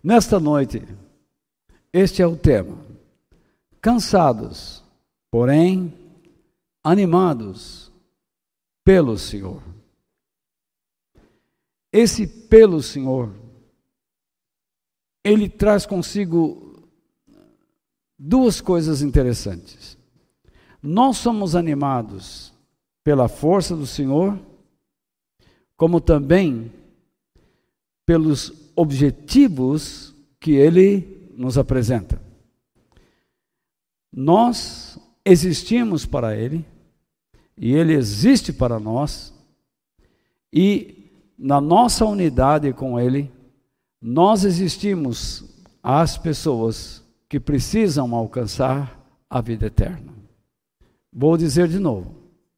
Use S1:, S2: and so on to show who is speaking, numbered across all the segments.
S1: Nesta noite, este é o tema. Cansados, porém animados pelo Senhor. Esse pelo Senhor, ele traz consigo duas coisas interessantes. Nós somos animados pela força do Senhor, como também pelos objetivos que Ele nos apresenta. Nós existimos para Ele, e Ele existe para nós, e na nossa unidade com Ele, nós existimos às pessoas que precisam alcançar a vida eterna. Vou dizer de novo.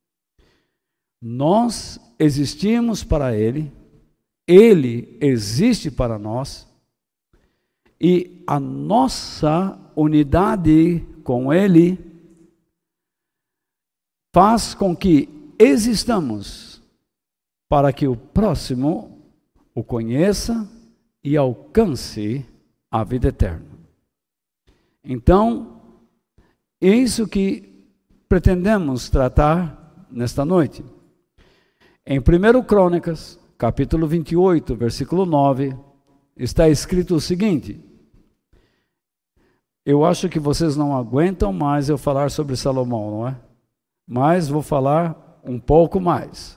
S1: Nós existimos para Ele, Ele existe para nós, e a nossa unidade com Ele faz com que existamos para que o próximo o conheça e alcance a vida eterna. Então, é isso que pretendemos tratar nesta noite. Em 1 Crônicas, capítulo 28, versículo 9, está escrito o seguinte. Eu acho que vocês não aguentam mais eu falar sobre Salomão, não é? Mas vou falar um pouco mais.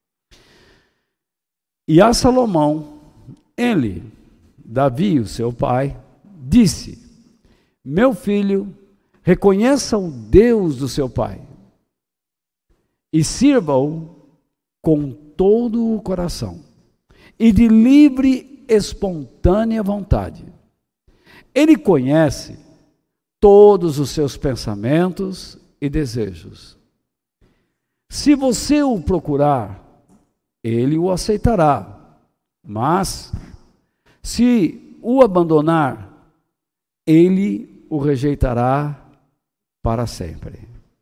S1: E a Salomão, ele, Davi, o seu pai, disse: meu filho, reconheça o Deus do seu pai e sirva-o com todo o coração e de livre, espontânea vontade. Ele conhece todos os seus pensamentos e desejos. Se você o procurar, ele o aceitará. Mas, se o abandonar, ele o rejeitará para sempre.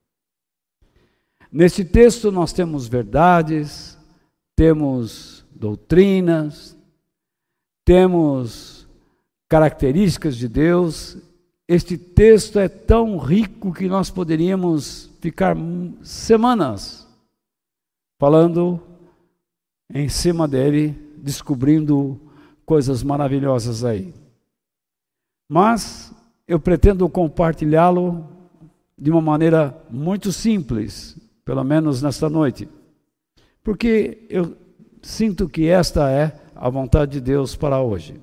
S1: Neste texto nós temos verdades, temos doutrinas, temos características de Deus. Este texto é tão rico que nós poderíamos ficar semanas falando em cima dele, descobrindo coisas maravilhosas aí. Mas eu pretendo compartilhá-lo de uma maneira muito simples, pelo menos nesta noite, porque eu sinto que esta é a vontade de Deus para hoje.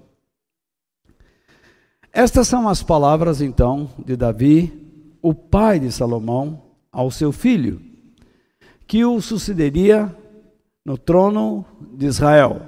S1: Estas são as palavras, então, de Davi, o pai de Salomão, ao seu filho, que o sucederia no trono de Israel.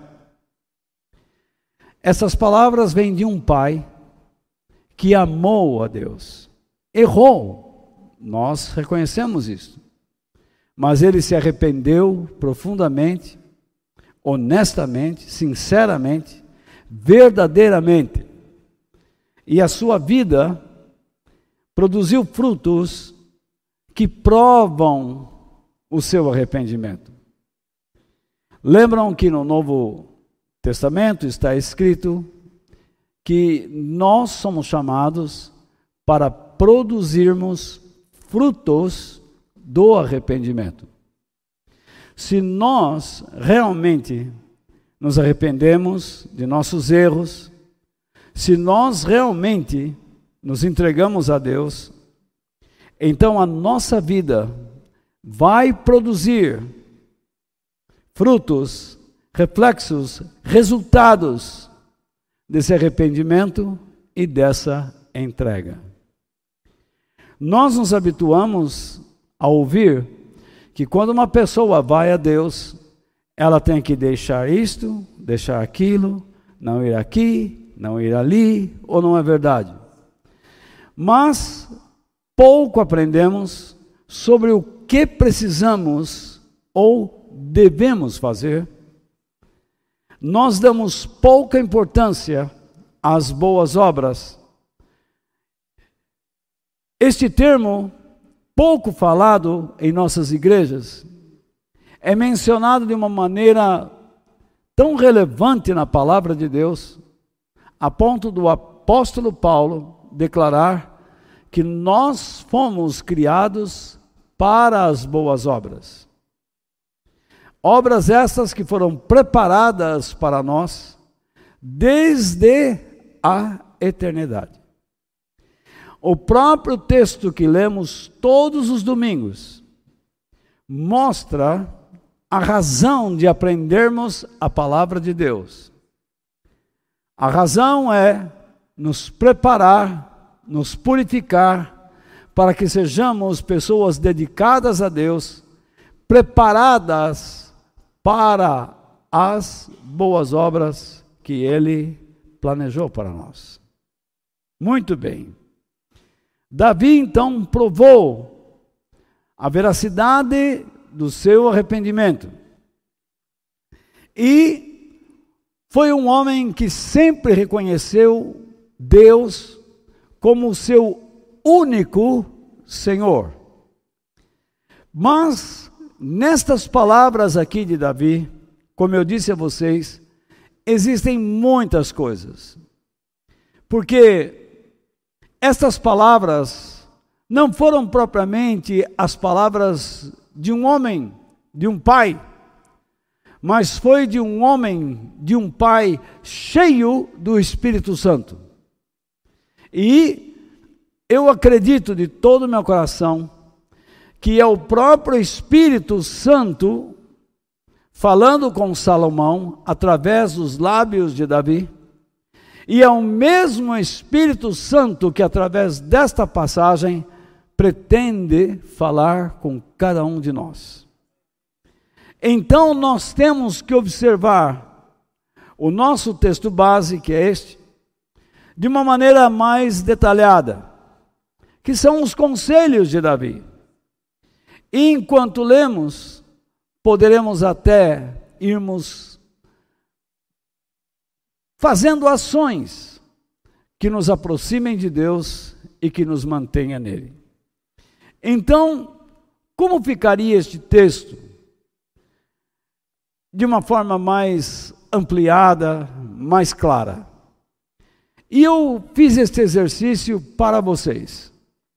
S1: Essas palavras vêm de um pai que amou a Deus. Errou, nós reconhecemos isso. Mas ele se arrependeu profundamente, honestamente, sinceramente, verdadeiramente. E a sua vida produziu frutos que provam o seu arrependimento. Lembram que no Novo Testamento está escrito que nós somos chamados para produzirmos frutos do arrependimento. Se nós realmente nos arrependemos de nossos erros, se nós realmente nos entregamos a Deus, então a nossa vida vai produzir frutos, reflexos, resultados desse arrependimento e dessa entrega. Nós nos habituamos a ouvir que quando uma pessoa vai a Deus, ela tem que deixar isto, deixar aquilo, não ir aqui, não ir ali, ou não é verdade? Mas pouco aprendemos sobre o que precisamos ou devemos fazer. Nós damos pouca importância às boas obras. Este termo, pouco falado em nossas igrejas, é mencionado de uma maneira tão relevante na palavra de Deus, a ponto do apóstolo Paulo declarar que nós fomos criados para as boas obras. Obras essas que foram preparadas para nós desde a eternidade. O próprio texto que lemos todos os domingos mostra a razão de aprendermos a palavra de Deus. A razão é nos preparar, nos purificar, para que sejamos pessoas dedicadas a Deus, preparadas para as boas obras que Ele planejou para nós. Muito bem. Davi, então, provou a veracidade do seu arrependimento. E foi um homem que sempre reconheceu Deus como o seu único Senhor. Mas, nestas palavras aqui de Davi, como eu disse a vocês, existem muitas coisas. Porque estas palavras não foram propriamente as palavras de um homem, de um pai, mas foi de um homem, de um pai cheio do Espírito Santo. E eu acredito de todo o meu coração que é o próprio Espírito Santo falando com Salomão através dos lábios de Davi, e é o mesmo Espírito Santo que através desta passagem pretende falar com cada um de nós. Então nós temos que observar o nosso texto base, que é este, de uma maneira mais detalhada, que são os conselhos de Davi. E enquanto lemos, poderemos até irmos fazendo ações que nos aproximem de Deus e que nos mantenha nele. Então, como ficaria este texto de uma forma mais ampliada, mais clara? E eu fiz este exercício para vocês.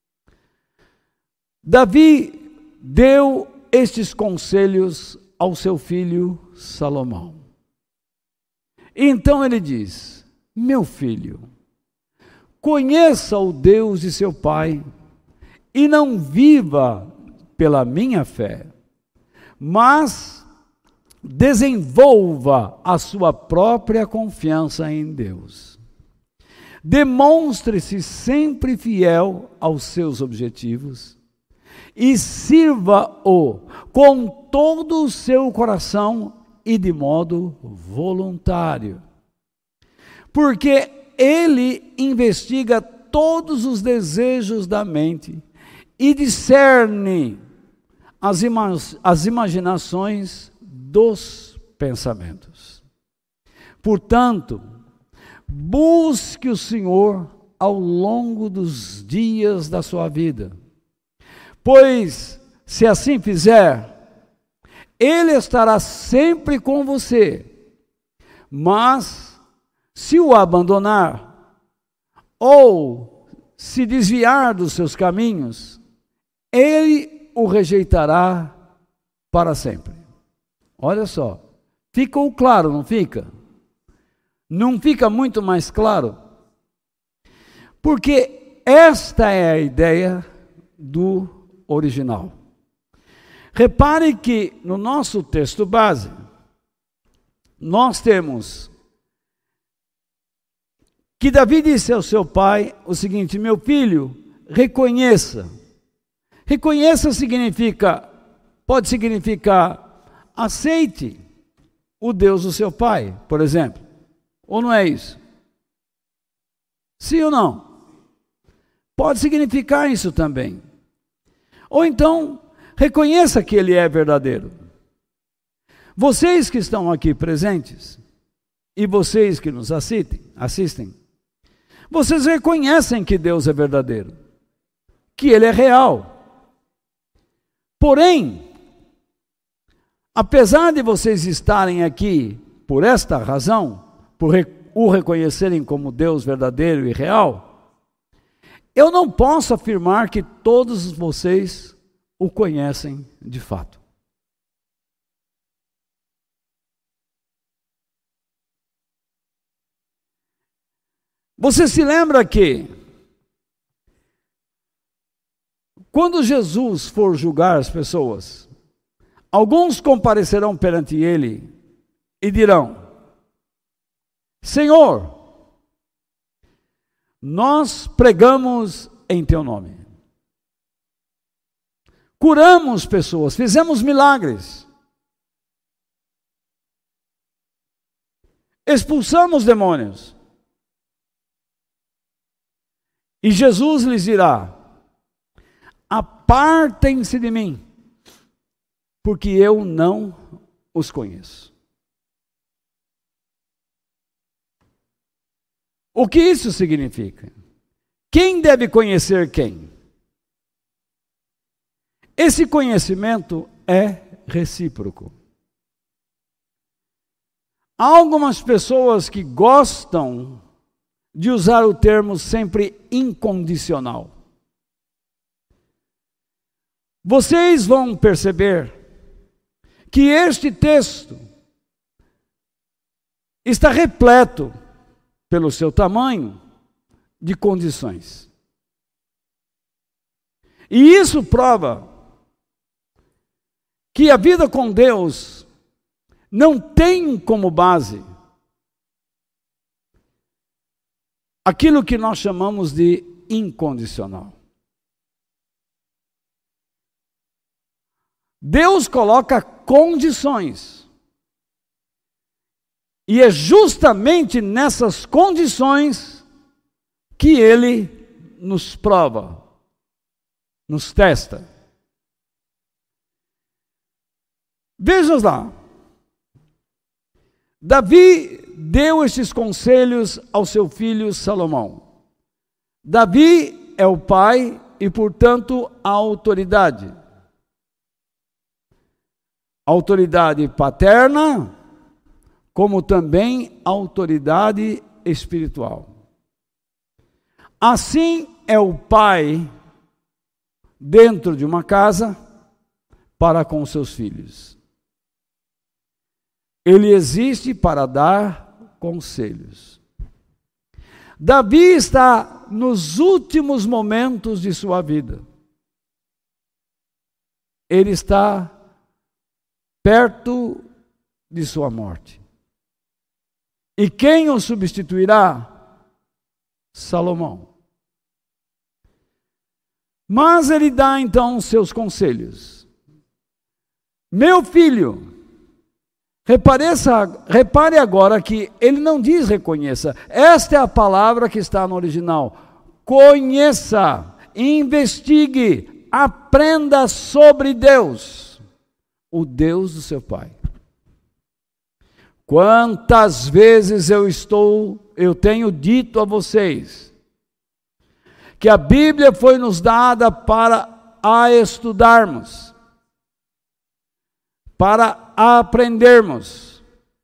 S1: Davi deu estes conselhos ao seu filho Salomão. Então ele diz: meu filho, conheça o Deus de seu pai e não viva pela minha fé, mas desenvolva a sua própria confiança em Deus. Demonstre-se sempre fiel aos seus objetivos e sirva-o com todo o seu coração e de modo voluntário. Porque ele investiga todos os desejos da mente e discerne as imaginações dos pensamentos. Portanto, busque o Senhor ao longo dos dias da sua vida, pois, se assim fizer, Ele estará sempre com você. Mas, se o abandonar, ou se desviar dos seus caminhos, Ele o rejeitará para sempre. Olha só, ficou claro, não fica? Não fica muito mais claro? Porque esta é a ideia do original. Repare que no nosso texto base, nós temos que Davi disse ao seu pai o seguinte: meu filho, reconheça. Reconheça pode significar aceite o Deus do seu pai, por exemplo. Ou não é isso? Sim ou não? Pode significar isso também. Ou então, reconheça que Ele é verdadeiro. Vocês que estão aqui presentes, e vocês que nos assistem, vocês reconhecem que Deus é verdadeiro, que Ele é real. Porém, apesar de vocês estarem aqui por esta razão, por o reconhecerem como Deus verdadeiro e real, eu não posso afirmar que todos vocês o conhecem de fato. Você se lembra que, quando Jesus for julgar as pessoas, alguns comparecerão perante ele e dirão: Senhor, nós pregamos em teu nome, curamos pessoas, fizemos milagres, expulsamos demônios. E Jesus lhes dirá: apartem-se de mim, porque eu não os conheço. O que isso significa? Quem deve conhecer quem? Esse conhecimento é recíproco. Há algumas pessoas que gostam de usar o termo sempre incondicional. Vocês vão perceber que este texto está repleto, pelo seu tamanho, de condições. E isso prova que a vida com Deus não tem como base aquilo que nós chamamos de incondicional. Deus coloca condições. E é justamente nessas condições que Ele nos prova, nos testa. Veja lá. Davi deu estes conselhos ao seu filho Salomão. Davi é o pai e, portanto, a autoridade. Autoridade paterna, como também autoridade espiritual. Assim é o pai dentro de uma casa para com seus filhos. Ele existe para dar conselhos. Davi está nos últimos momentos de sua vida. Ele está perto de sua morte. E quem o substituirá? Salomão. Mas ele dá então seus conselhos. Meu filho, repare agora que ele não diz reconheça. Esta é a palavra que está no original. Conheça, investigue, aprenda sobre Deus, o Deus do seu pai. Quantas vezes eu tenho dito a vocês que a Bíblia foi nos dada para a estudarmos, para aprendermos.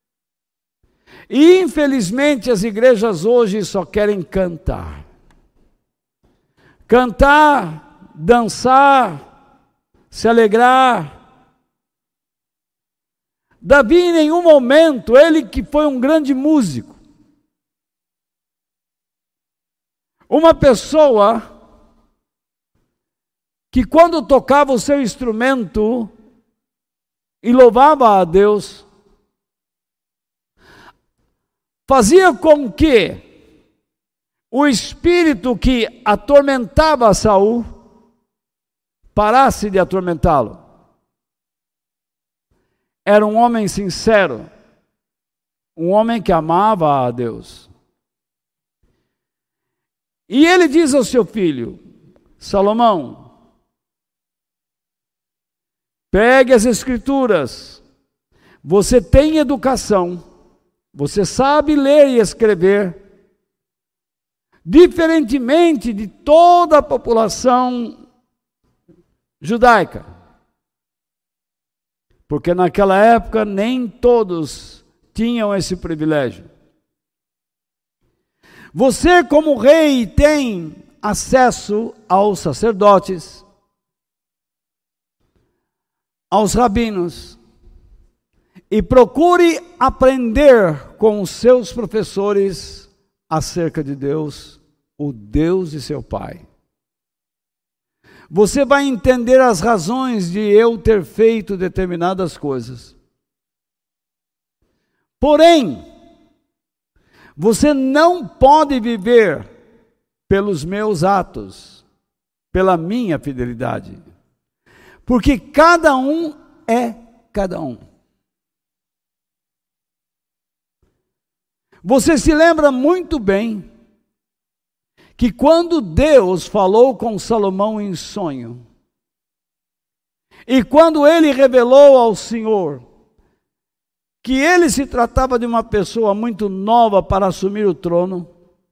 S1: E infelizmente as igrejas hoje só querem cantar. Cantar, dançar, se alegrar. Davi, em nenhum momento, ele que foi um grande músico, uma pessoa que quando tocava o seu instrumento e louvava a Deus, fazia com que o espírito que atormentava Saul parasse de atormentá-lo. Era um homem sincero, um homem que amava a Deus. E ele diz ao seu filho, Salomão, pegue as escrituras, você tem educação, você sabe ler e escrever, diferentemente de toda a população judaica. Porque naquela época nem todos tinham esse privilégio. Você, como rei, tem acesso aos sacerdotes, aos rabinos, e procure aprender com os seus professores acerca de Deus, o Deus de seu pai. Você vai entender as razões de eu ter feito determinadas coisas. Porém, você não pode viver pelos meus atos, pela minha fidelidade. Porque cada um é cada um. Você se lembra muito bem que quando Deus falou com Salomão em sonho, e quando ele revelou ao Senhor que ele se tratava de uma pessoa muito nova para assumir o trono,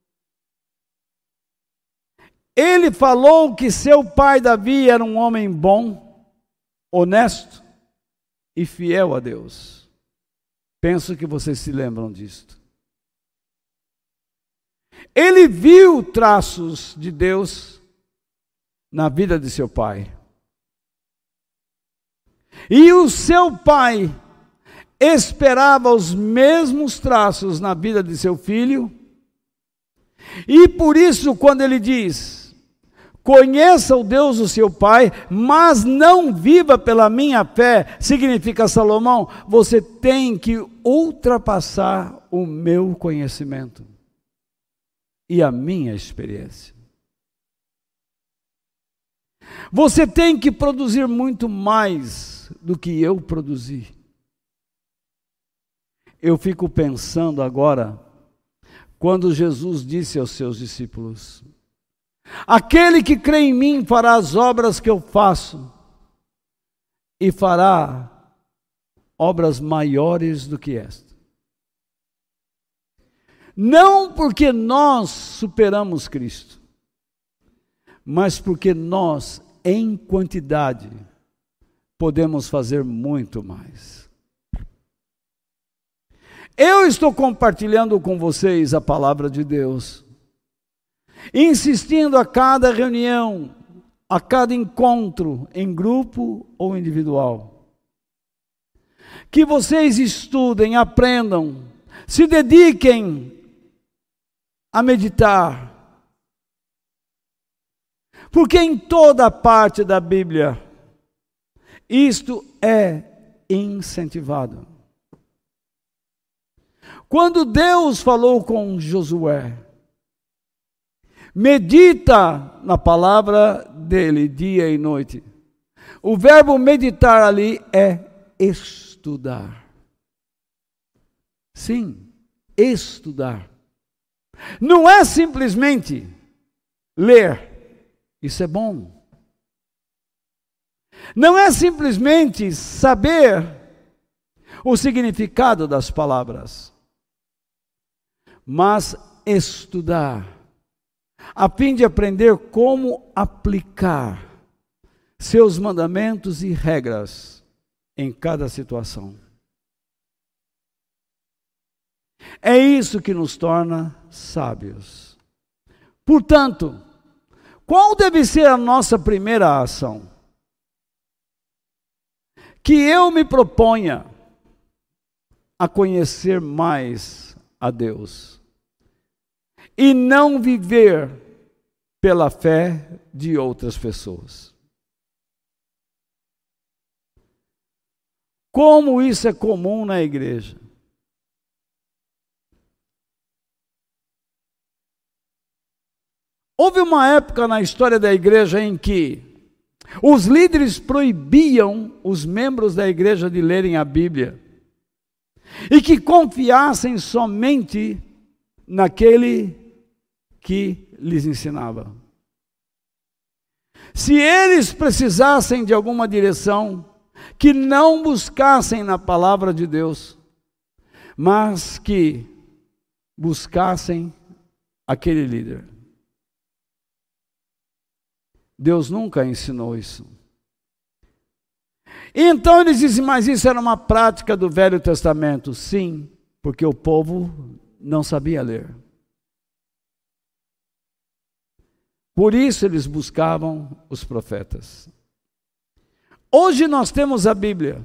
S1: ele falou que seu pai Davi era um homem bom, honesto e fiel a Deus. Penso que vocês se lembram disto. Ele viu traços de Deus na vida de seu pai. E o seu pai esperava os mesmos traços na vida de seu filho. E por isso, quando ele diz: conheça o Deus do seu pai, mas não viva pela minha fé, significa, Salomão, você tem que ultrapassar o meu conhecimento e a minha experiência. Você tem que produzir muito mais do que eu produzi. Eu fico pensando agora, quando Jesus disse aos seus discípulos: aquele que crê em mim fará as obras que eu faço, e fará obras maiores do que esta. Não porque nós superamos Cristo, mas porque nós, em quantidade, podemos fazer muito mais. Eu estou compartilhando com vocês a palavra de Deus, insistindo a cada reunião, a cada encontro, em grupo ou individual, que vocês estudem, aprendam, se dediquem a meditar, porque em toda parte da Bíblia isto é incentivado. Quando Deus falou com Josué, medita na palavra dele dia e noite. O verbo meditar ali é estudar. Sim, estudar. Não é simplesmente ler, isso é bom. Não é simplesmente saber o significado das palavras, mas estudar, a fim de aprender como aplicar seus mandamentos e regras em cada situação. É isso que nos torna sábios. Portanto, qual deve ser a nossa primeira ação? Que eu me proponha a conhecer mais a Deus e não viver pela fé de outras pessoas. Como isso é comum na igreja. Houve uma época na história da igreja em que os líderes proibiam os membros da igreja de lerem a Bíblia e que confiassem somente naquele que lhes ensinava. Se eles precisassem de alguma direção, que não buscassem na palavra de Deus, mas que buscassem aquele líder. Deus nunca ensinou isso. E então eles dizem, mas isso era uma prática do Velho Testamento. Sim, porque o povo não sabia ler. Por isso eles buscavam os profetas. Hoje nós temos a Bíblia.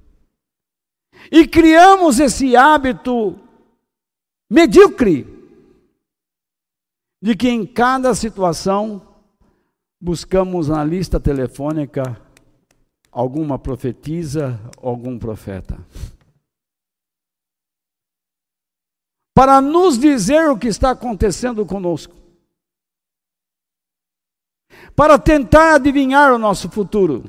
S1: E criamos esse hábito medíocre de que em cada situação buscamos na lista telefônica alguma profetisa, algum profeta, para nos dizer o que está acontecendo conosco, para tentar adivinhar o nosso futuro.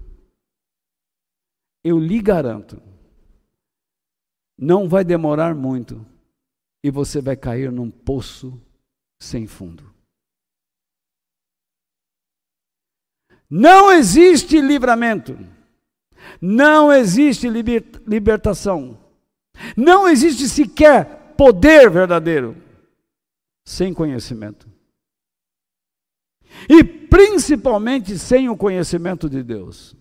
S1: Eu lhe garanto, não vai demorar muito e você vai cair num poço sem fundo. Não existe livramento, não existe libertação, não existe sequer poder verdadeiro sem conhecimento. E principalmente sem o conhecimento de Deus.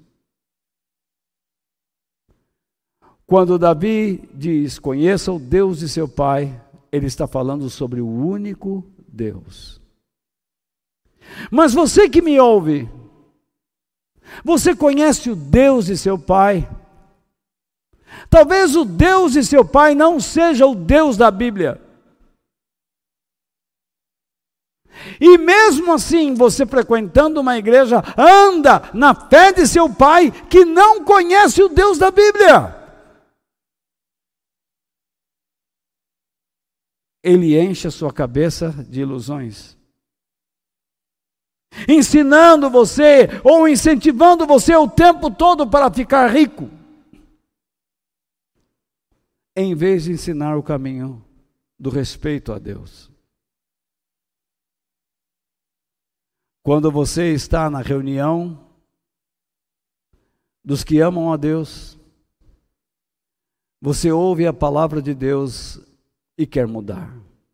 S1: Quando Davi diz, conheça o Deus de seu pai, ele está falando sobre o único Deus. Mas você que me ouve, você conhece o Deus de seu pai? Talvez o Deus de seu pai não seja o Deus da Bíblia. E mesmo assim, você frequentando uma igreja, anda na fé de seu pai, que não conhece o Deus da Bíblia. Ele enche a sua cabeça de ilusões, ensinando você ou incentivando você o tempo todo para ficar rico, em vez de ensinar o caminho do respeito a Deus. Quando você está na reunião dos que amam a Deus, você ouve a palavra de Deus e quer mudar.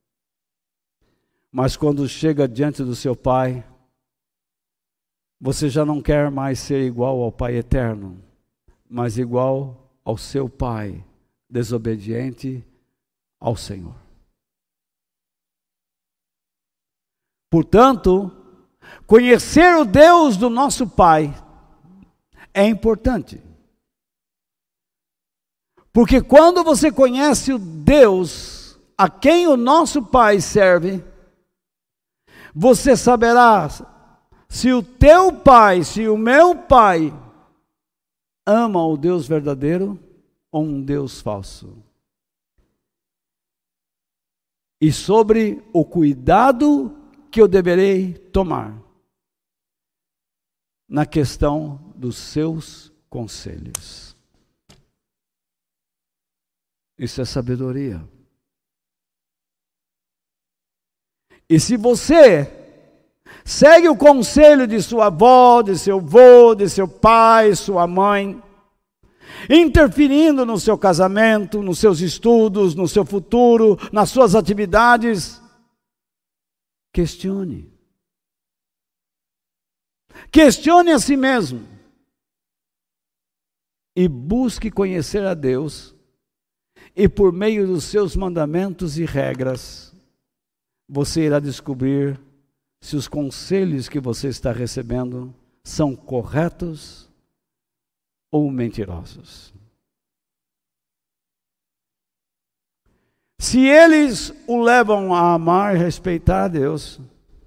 S1: Mas quando chega diante do seu Pai, você já não quer mais ser igual ao Pai eterno, mas igual ao seu pai, desobediente ao Senhor. Portanto, conhecer o Deus do nosso Pai é importante. Porque quando você conhece o Deus a quem o nosso Pai serve, você saberá se o teu pai, se o meu pai ama o Deus verdadeiro ou um Deus falso. E sobre o cuidado que eu deverei tomar na questão dos seus conselhos. Isso é sabedoria. E se você segue o conselho de sua avó, de seu avô, de seu pai, sua mãe, interferindo no seu casamento, nos seus estudos, no seu futuro, nas suas atividades, questione. Questione a si mesmo. E busque conhecer a Deus. E por meio dos seus mandamentos e regras, você irá descobrir se os conselhos que você está recebendo são corretos ou mentirosos. Se eles o levam a amar e respeitar a Deus,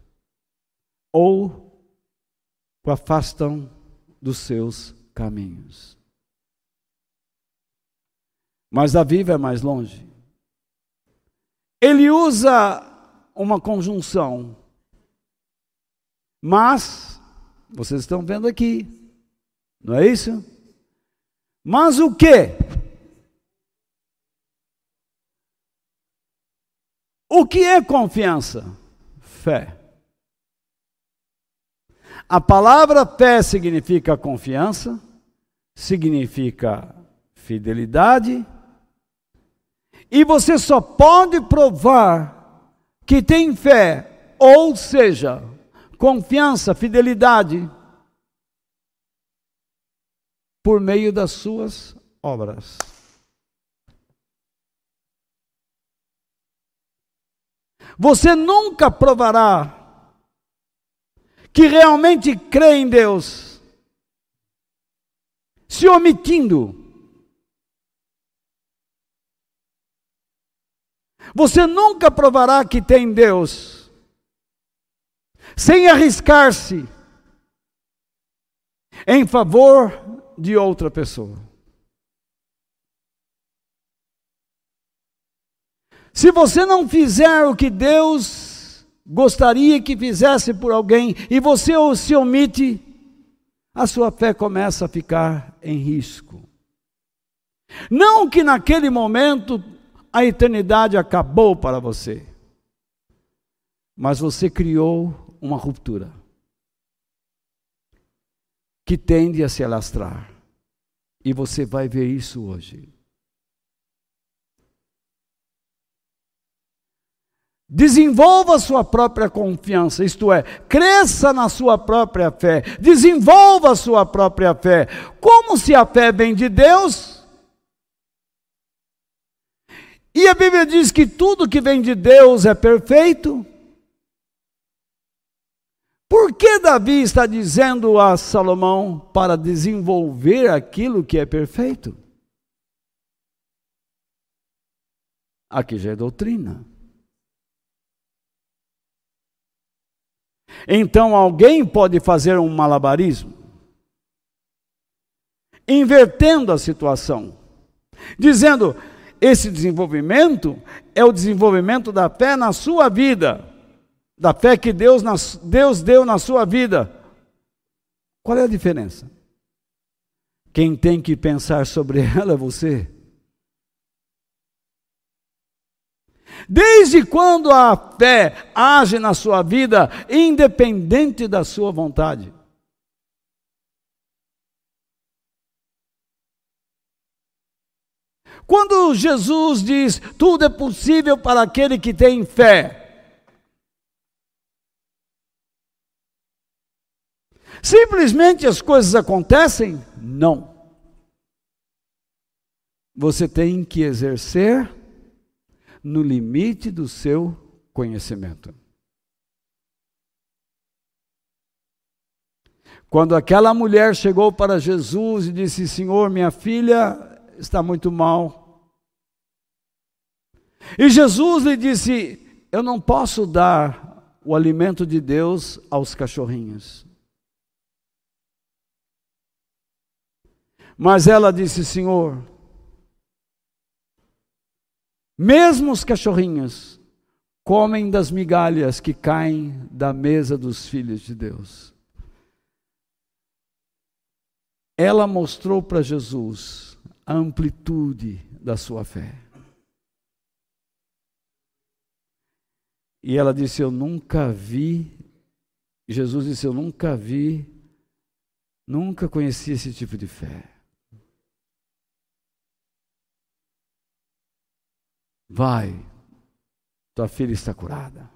S1: ou o afastam dos seus caminhos. Mas Davi vai mais longe. Ele usa uma conjunção. Mas, vocês estão vendo aqui, não é isso? Mas o quê? O que é confiança? Fé. A palavra fé significa confiança, significa fidelidade, e você só pode provar que tem fé, ou seja, confiança, fidelidade, por meio das suas obras. Você nunca provará que realmente crê em Deus, se omitindo. Você nunca provará que tem Deus sem arriscar-se em favor de outra pessoa. Se você não fizer o que Deus gostaria que fizesse por alguém e você se omite, a sua fé começa a ficar em risco. Não que naquele momento a eternidade acabou para você, mas você criou uma ruptura que tende a se alastrar. E você vai ver isso hoje. Desenvolva a sua própria confiança, isto é, cresça na sua própria fé, desenvolva a sua própria fé. Como se a fé vem de Deus? E a Bíblia diz que tudo que vem de Deus é perfeito. Por que Davi está dizendo a Salomão para desenvolver aquilo que é perfeito? Aqui já é doutrina. Então alguém pode fazer um malabarismo, invertendo a situação, dizendo: esse desenvolvimento é o desenvolvimento da fé na sua vida, da fé que Deus deu na sua vida. Qual é a diferença? Quem tem que pensar sobre ela é você. Desde quando a fé age na sua vida, independente da sua vontade? Quando Jesus diz, tudo é possível para aquele que tem fé, simplesmente as coisas acontecem? Não. Você tem que exercer no limite do seu conhecimento. Quando aquela mulher chegou para Jesus e disse: Senhor, minha filha está muito mal. E Jesus lhe disse: eu não posso dar o alimento de Deus aos cachorrinhos. Mas ela disse: Senhor, mesmo os cachorrinhos comem das migalhas que caem da mesa dos filhos de Deus. Ela mostrou para Jesus a amplitude da sua fé. E ela disse: eu nunca vi, Jesus disse: eu nunca vi, nunca conheci esse tipo de fé. Vai, tua filha está curada.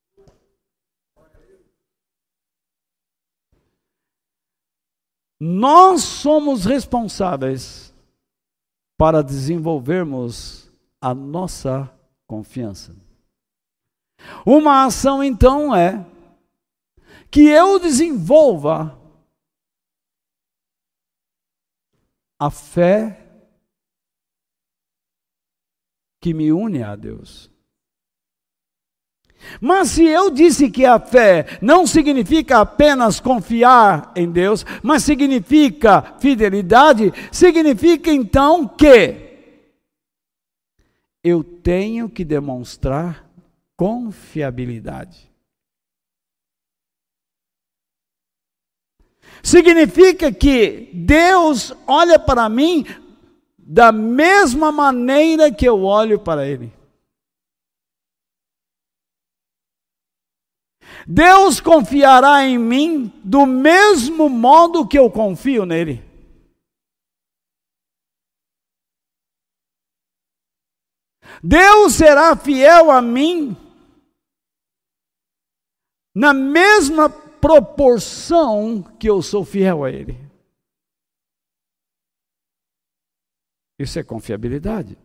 S1: Nós somos responsáveis para desenvolvermos a nossa confiança. Uma ação, então, é que eu desenvolva a fé que me une a Deus. Mas se eu disse que a fé não significa apenas confiar em Deus, mas significa fidelidade, significa então que eu tenho que demonstrar confiabilidade. Significa que Deus olha para mim da mesma maneira que eu olho para Ele. Deus confiará em mim do mesmo modo que eu confio nele. Deus será fiel a mim na mesma proporção que eu sou fiel a Ele. Isso é confiabilidade.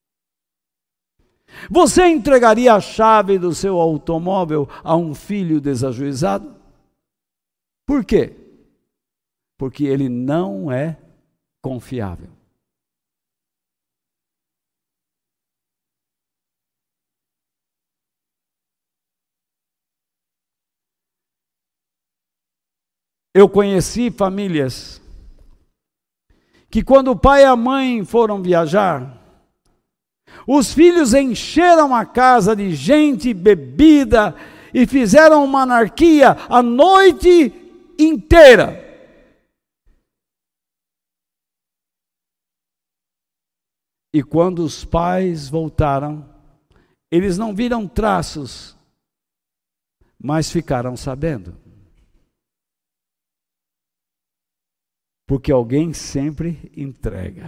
S1: Você entregaria a chave do seu automóvel a um filho desajuizado? Por quê? Porque ele não é confiável. Eu conheci famílias que quando o pai e a mãe foram viajar, os filhos encheram a casa de gente, bebida, e fizeram uma anarquia a noite inteira. E quando os pais voltaram, eles não viram traços, mas ficaram sabendo. Porque alguém sempre entrega.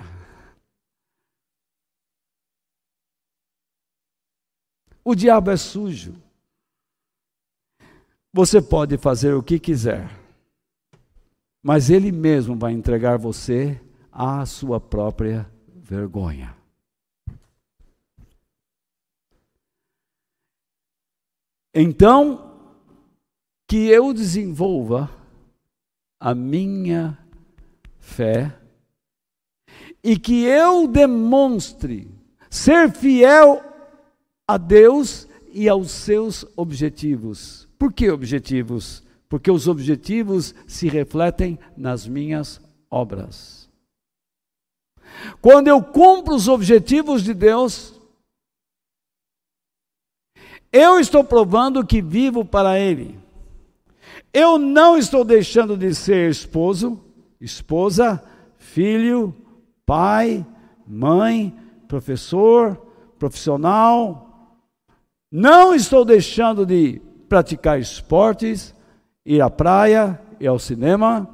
S1: O diabo é sujo. Você pode fazer o que quiser, mas ele mesmo vai entregar você à sua própria vergonha. Então, que eu desenvolva a minha fé e que eu demonstre ser fiel a Deus e aos seus objetivos. Por que objetivos? Porque os objetivos se refletem nas minhas obras. Quando eu cumpro os objetivos de Deus, eu estou provando que vivo para Ele. Eu não estou deixando de ser esposo, esposa, filho, pai, mãe, professor, profissional. Não estou deixando de praticar esportes, ir à praia, ir ao cinema,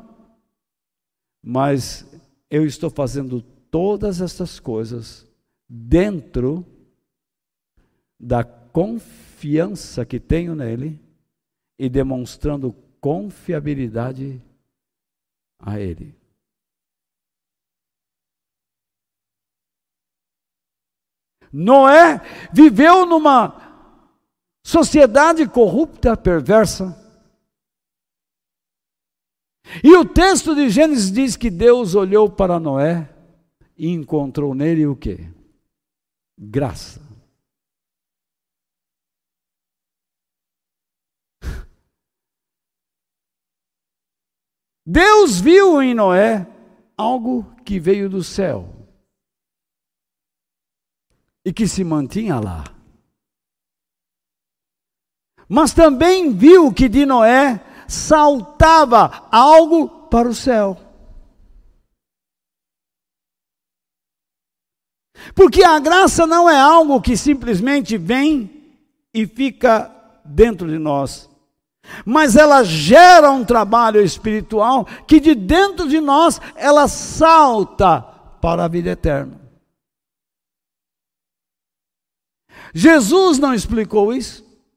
S1: mas eu estou fazendo todas essas coisas dentro da confiança que tenho nele e demonstrando confiabilidade a ele. Noé viveu numa sociedade corrupta, perversa. E o texto de Gênesis diz que Deus olhou para Noé e encontrou nele o quê? Graça. Deus viu em Noé algo que veio do céu e que se mantinha lá. Mas também viu que de Noé saltava algo para o céu. Porque a graça não é algo que simplesmente vem e fica dentro de nós, mas ela gera um trabalho espiritual que de dentro de nós ela salta para a vida eterna. Jesus não explicou isso?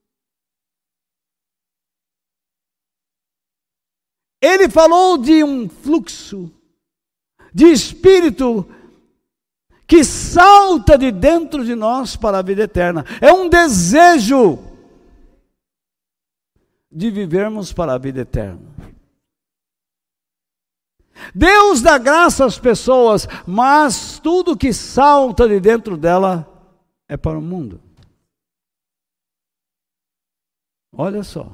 S1: Ele falou de um fluxo de espírito que salta de dentro de nós para a vida eterna. É um desejo de vivermos para a vida eterna. Deus dá graça às pessoas, mas tudo que salta de dentro dela é para o mundo. Olha só.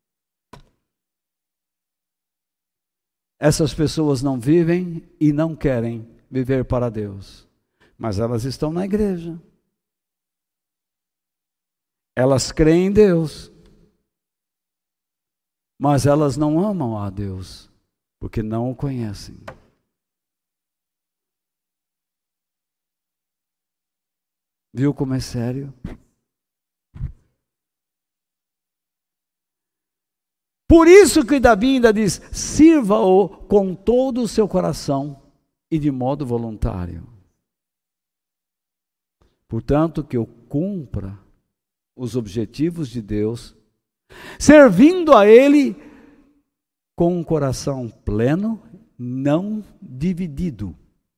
S1: Essas pessoas não vivem e não querem viver para Deus, mas elas estão na igreja. Elas creem em Deus, mas elas não amam a Deus, porque não o conhecem. Viu como é sério? Por isso que Davi ainda diz, sirva-o com todo o seu coração e de modo voluntário. Portanto, que eu cumpra os objetivos de Deus, servindo a Ele com um coração pleno, não dividido.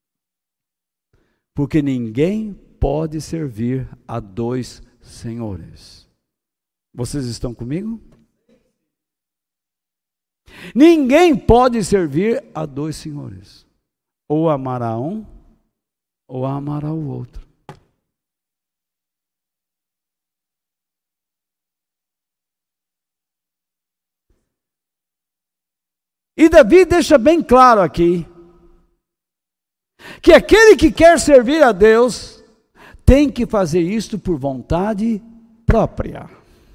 S1: Porque ninguém pode servir a dois senhores. Vocês estão comigo? Ninguém pode servir a dois senhores. Ou amará um, ou amará o outro. E Davi deixa bem claro aqui, que aquele que quer servir a Deus, tem que fazer isto por vontade própria.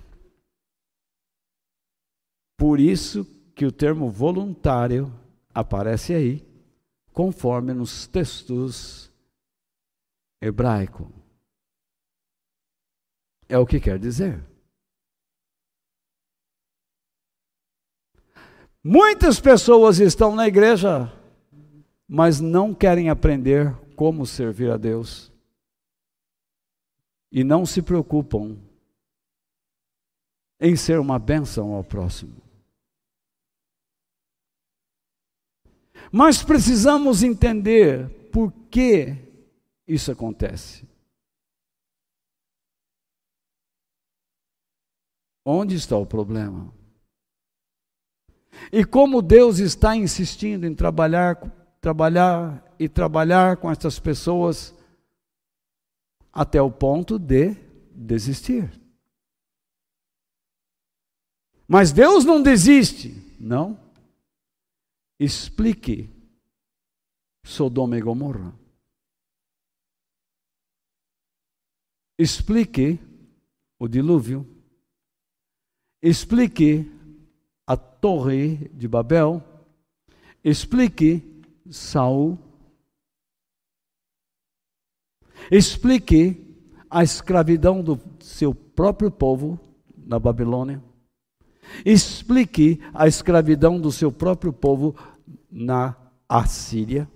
S1: Por isso que o termo voluntário aparece aí, conforme nos textos hebraicos. É o que quer dizer. Muitas pessoas estão na igreja, mas não querem aprender como servir a Deus. E não se preocupam em ser uma bênção ao próximo. Mas precisamos entender por que isso acontece. Onde está o problema? E como Deus está insistindo em trabalhar com essas pessoas até o ponto de desistir. Mas Deus não desiste, não. Explique Sodoma e Gomorra. Explique o dilúvio. Explique a Torre de Babel. Explique Saul. Explique a escravidão do seu próprio povo na Babilônia. Explique a escravidão do seu próprio povo na Assíria.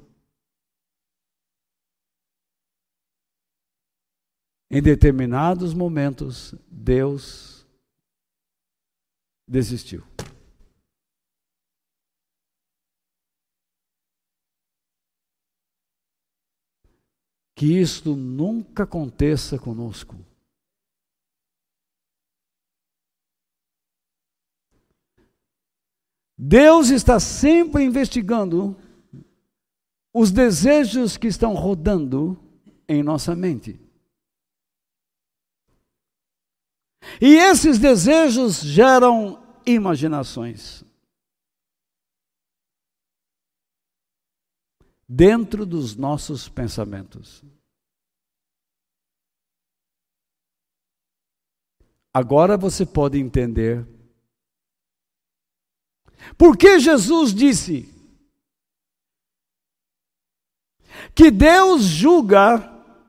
S1: Em determinados momentos, Deus desistiu. Que isto nunca aconteça conosco. Deus está sempre investigando os desejos que estão rodando em nossa mente. E esses desejos geram imaginações dentro dos nossos pensamentos. Agora você pode entender por que Jesus disse que Deus julga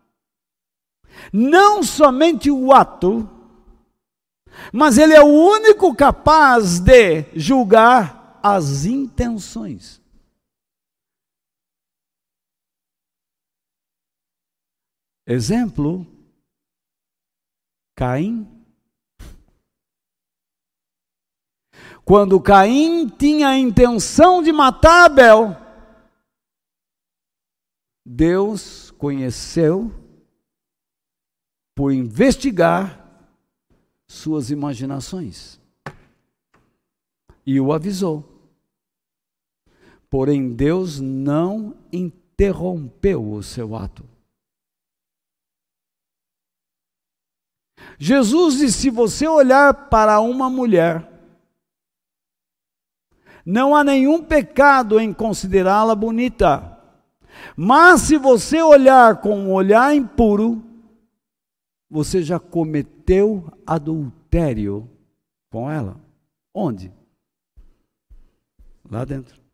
S1: não somente o ato, mas Ele é o único capaz de julgar as intenções. Exemplo, Caim. Quando Caim tinha a intenção de matar Abel, Deus conheceu por investigar suas imaginações e o avisou. Porém, Deus não interrompeu o seu ato. Jesus disse: se você olhar para uma mulher, não há nenhum pecado em considerá-la bonita. Mas se você olhar com um olhar impuro, você já cometeu adultério com ela. Onde? Lá dentro.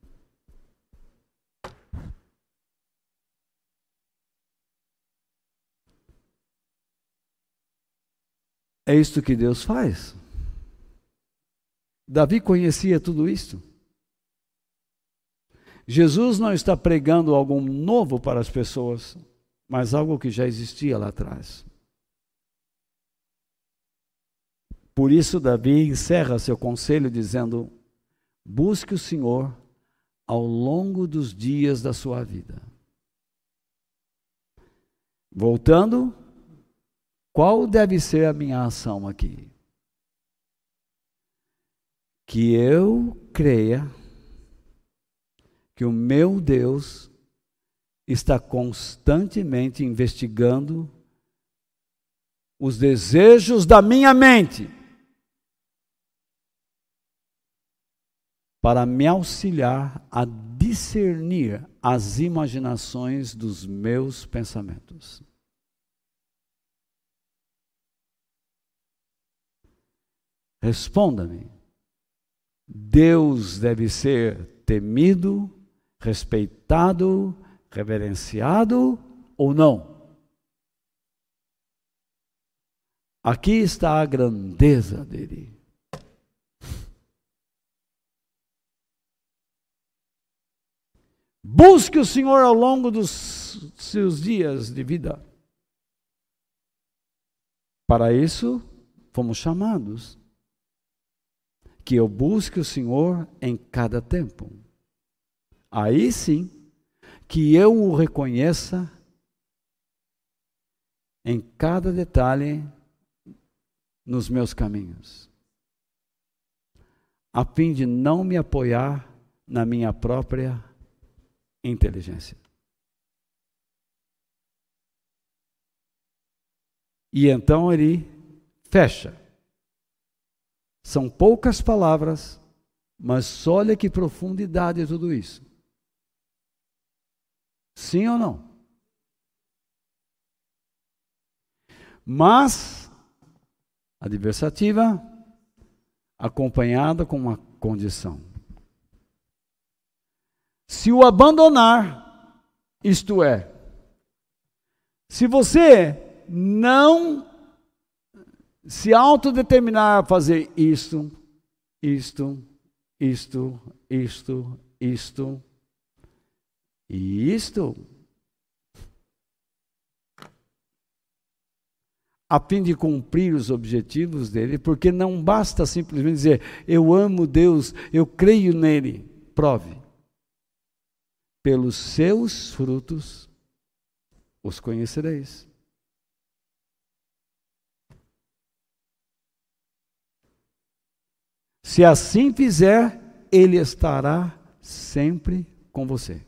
S1: É isto que Deus faz. Davi conhecia tudo isto. Jesus não está pregando algo novo para as pessoas, mas algo que já existia lá atrás. Por isso, Davi encerra seu conselho dizendo: busque o Senhor ao longo dos dias da sua vida. Voltando, qual deve ser a minha ação aqui? Que eu creia que o meu Deus está constantemente investigando os desejos da minha mente para me auxiliar a discernir as imaginações dos meus pensamentos. Responda-me. Deus deve ser temido, respeitado, reverenciado ou não? Aqui está a grandeza dele. Busque o Senhor ao longo dos seus dias de vida. Para isso, fomos chamados. Que eu busque o Senhor em cada tempo. Aí sim, que eu o reconheça em cada detalhe nos meus caminhos, a fim de não me apoiar na minha própria inteligência. E então ele fecha. São poucas palavras, mas olha que profundidade é tudo isso. Sim ou não? Mas, adversativa, acompanhada com uma condição. Se o abandonar, isto é, se você não se autodeterminar a fazer isto, a fim de cumprir os objetivos dele, porque não basta simplesmente dizer, eu amo Deus, eu creio nele. Prove. Pelos seus frutos os conhecereis. Se assim fizer, ele estará sempre com você.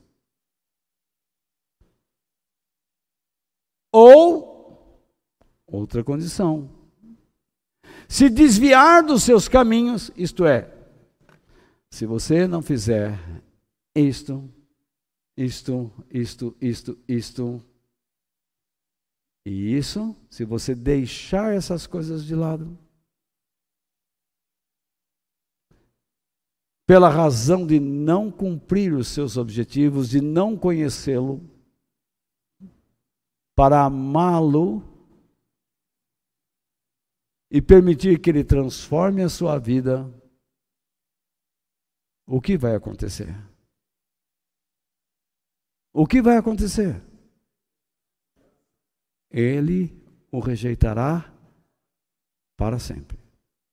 S1: Ou, outra condição, se desviar dos seus caminhos, isto é, se você não fizer isto, e isso, se você deixar essas coisas de lado, pela razão de não cumprir os seus objetivos, de não conhecê-lo, para amá-lo e permitir que ele transforme a sua vida, o que vai acontecer? O que vai acontecer? Ele o rejeitará para sempre.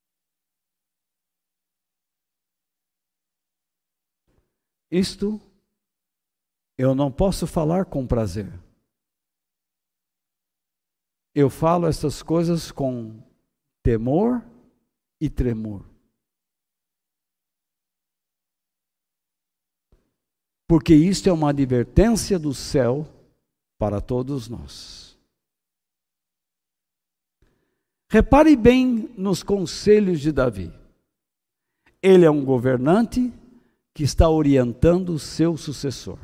S1: Isto eu não posso falar com prazer. Eu falo estas coisas com temor e tremor. Porque isto é uma advertência do céu para todos nós. Repare bem nos conselhos de Davi. Ele é um governante que está orientando o seu sucessor.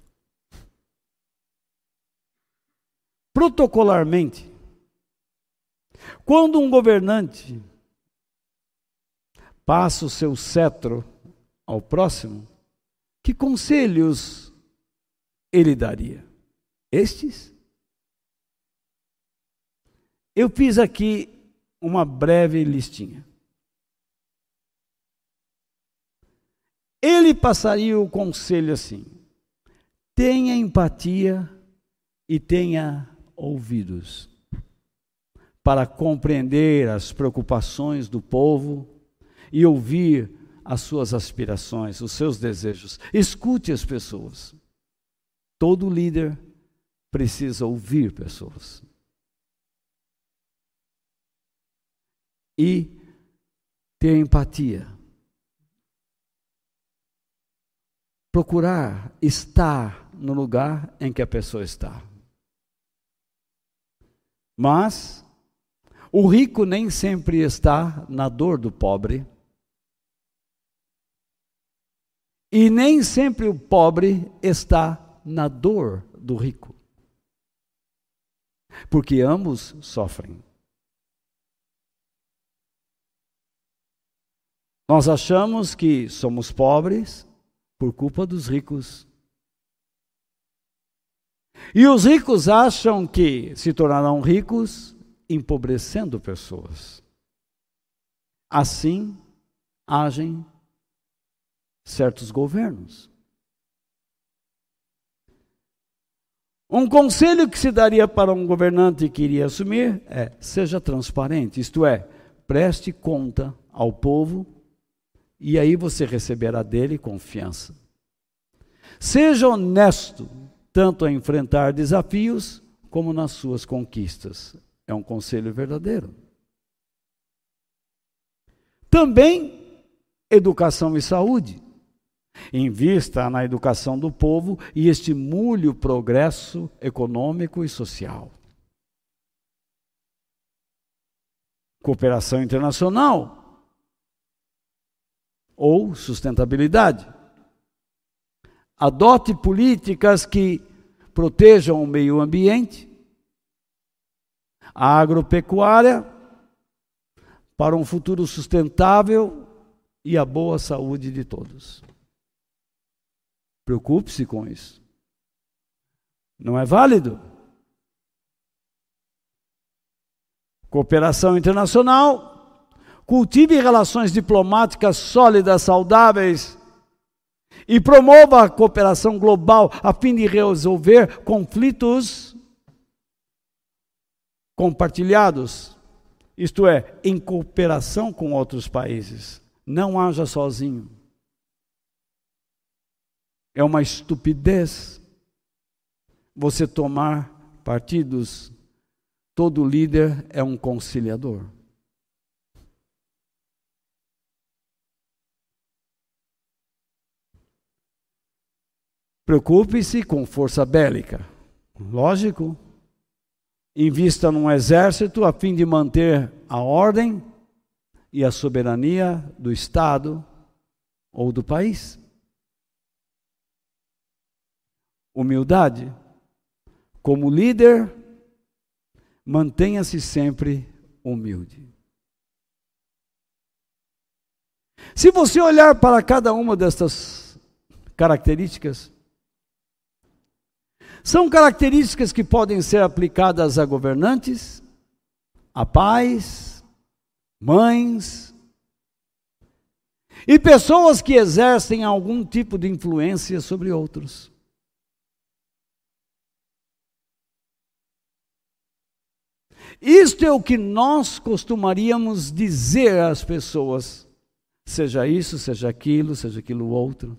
S1: Protocolarmente, quando um governante passa o seu cetro ao próximo, que conselhos ele daria? Estes? Eu fiz aqui uma breve listinha. Ele passaria o conselho assim: tenha empatia e tenha ouvidos para compreender as preocupações do povo e ouvir as suas aspirações, os seus desejos. Escute as pessoas. Todo líder precisa ouvir pessoas. E ter empatia. procurar estar no lugar em que a pessoa está. Mas o rico nem sempre está na dor do pobre. E nem sempre o pobre está na dor do rico. Porque ambos sofrem. Nós achamos que somos pobres por culpa dos ricos. E os ricos acham que se tornarão ricos empobrecendo pessoas. Assim agem certos governos. Um conselho que se daria para um governante que iria assumir é: seja transparente, isto é, preste conta ao povo e aí você receberá dele confiança. Seja honesto, tanto a enfrentar desafios como nas suas conquistas. É um conselho verdadeiro. Também educação e saúde. Invista na educação do povo e estimule o progresso econômico e social. Cooperação internacional ou sustentabilidade. Adote políticas que protejam o meio ambiente, a agropecuária, para um futuro sustentável e a boa saúde de todos. Preocupe-se com isso. Não é válido? Cooperação internacional. Cultive relações diplomáticas sólidas, saudáveis e promova a cooperação global a fim de resolver conflitos compartilhados, isto é, em cooperação com outros países. Não haja sozinho. É uma estupidez você tomar partidos. Todo líder é um conciliador. Preocupe-se com força bélica. Lógico. Invista num exército a fim de manter a ordem e a soberania do Estado ou do país. Humildade. Como líder, mantenha-se sempre humilde. Se você olhar para cada uma destas características, são características que podem ser aplicadas a governantes, a pais, mães e pessoas que exercem algum tipo de influência sobre outros. Isto é o que nós costumaríamos dizer às pessoas, seja isso, seja aquilo outro.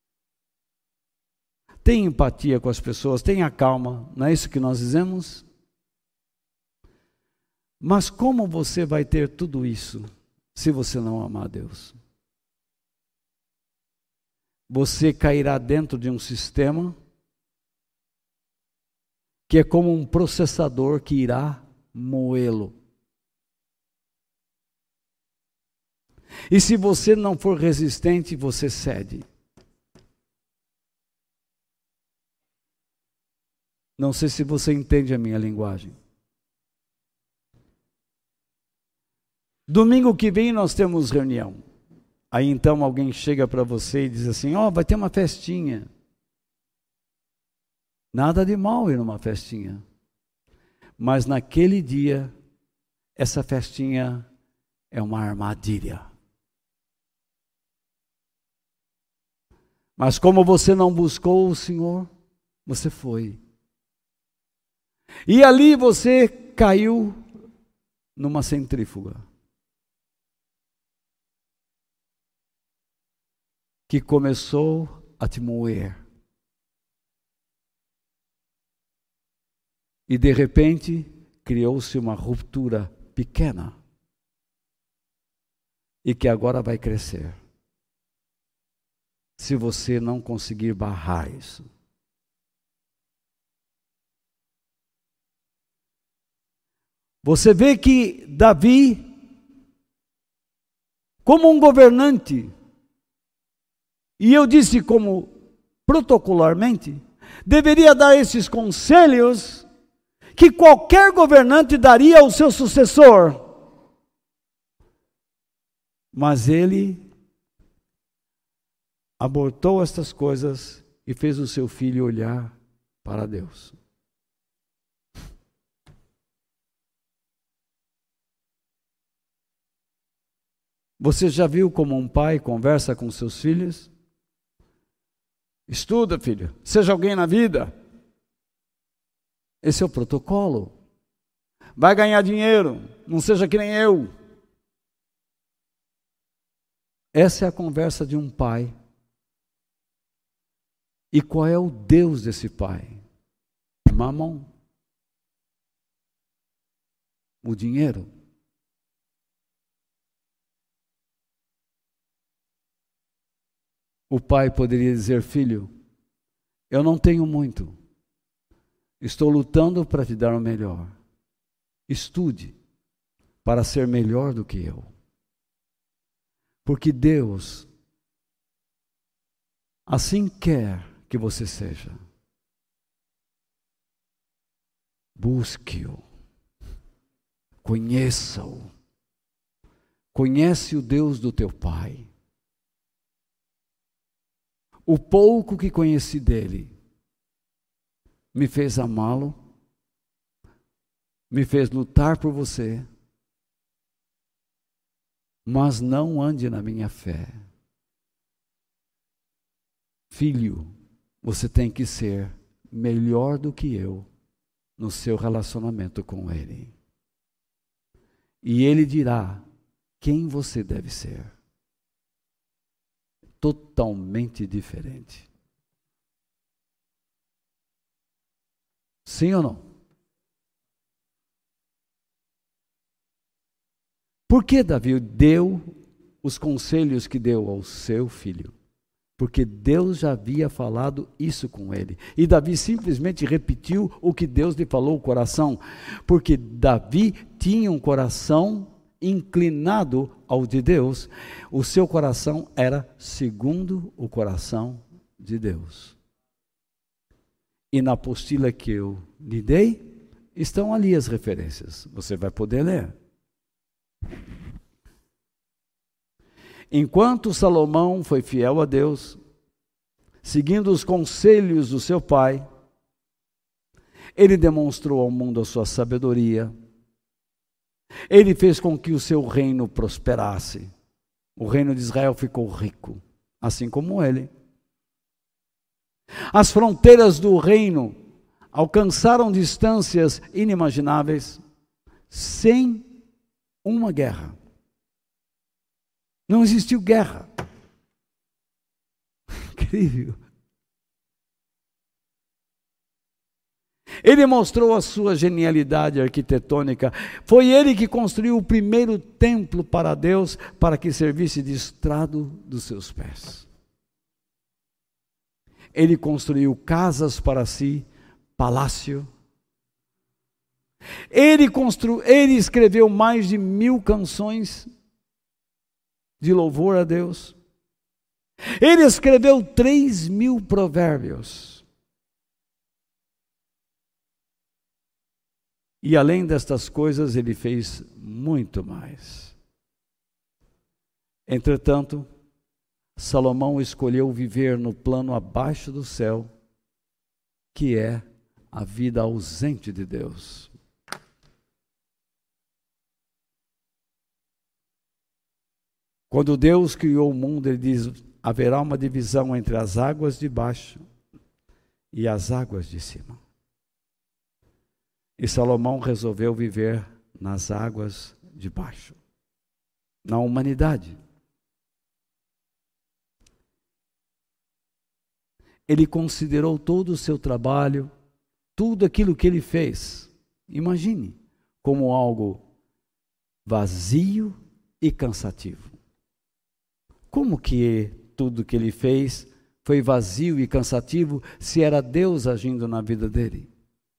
S1: Tenha empatia com as pessoas, tenha calma, não é isso que nós dizemos? Mas como você vai ter tudo isso se você não amar a Deus? Você cairá dentro de um sistema que é como um processador que irá moê-lo. E se você não for resistente, você cede. Não sei se você entende a minha linguagem. Domingo que vem nós temos reunião. Aí então alguém chega para você e diz assim: vai ter uma festinha. Nada de mal ir numa festinha. Mas naquele dia, essa festinha é uma armadilha. Mas como você não buscou o Senhor, você foi. E ali você caiu numa centrífuga que começou a te moer. E de repente criou-se uma ruptura pequena e que agora vai crescer. se você não conseguir barrar isso. Você vê que Davi, como um governante, e eu disse como protocolarmente, deveria dar esses conselhos que qualquer governante daria ao seu sucessor. Mas ele abortou estas coisas e fez o seu filho olhar para Deus. Você já viu como um pai conversa com seus filhos? Estuda, filho, seja alguém na vida. Esse é o protocolo. Vai ganhar dinheiro, não seja que nem eu. Essa é a conversa de um pai. E qual é o Deus desse pai? Mamon. O dinheiro. O pai poderia dizer: filho, eu não tenho muito. Estou lutando para te dar o melhor. Estude para ser melhor do que eu. Porque Deus assim quer que você seja. Busque-o. Conheça-o. Conhece o Deus do teu pai. O pouco que conheci dele me fez amá-lo, me fez lutar por você, mas não ande na minha fé. Filho, você tem que ser melhor do que eu no seu relacionamento com ele. E ele dirá quem você deve ser. Totalmente diferente. Sim ou não? Por que Davi deu os conselhos que deu ao seu filho? Porque Deus já havia falado isso com ele. E Davi simplesmente repetiu o que Deus lhe falou no coração. Porque Davi tinha um coração inclinado ao de Deus. O seu coração era segundo o coração de Deus. E na apostila que eu lhe dei, estão ali as referências. Você vai poder ler. Enquanto Salomão foi fiel a Deus, seguindo os conselhos do seu pai, ele demonstrou ao mundo a sua sabedoria. Ele fez com que o seu reino prosperasse. O reino de Israel ficou rico, assim como ele. As fronteiras do reino alcançaram distâncias inimagináveis sem uma guerra. Não existiu guerra. Incrível. Ele mostrou a sua genialidade arquitetônica. Foi ele que construiu o primeiro templo para Deus, para que servisse de estrado dos seus pés. Ele construiu casas para si, palácio. Ele escreveu mais de 1000 canções de louvor a Deus. Ele escreveu 3000 provérbios. E além destas coisas, ele fez muito mais. Entretanto, Salomão escolheu viver no plano abaixo do céu, que é a vida ausente de Deus. Quando Deus criou o mundo, ele diz: haverá uma divisão entre as águas de baixo e as águas de cima. E Salomão resolveu viver nas águas de baixo, na humanidade. Ele considerou todo o seu trabalho, tudo aquilo que ele fez, imagine, como algo vazio e cansativo. Como que tudo que ele fez foi vazio e cansativo se era Deus agindo na vida dele.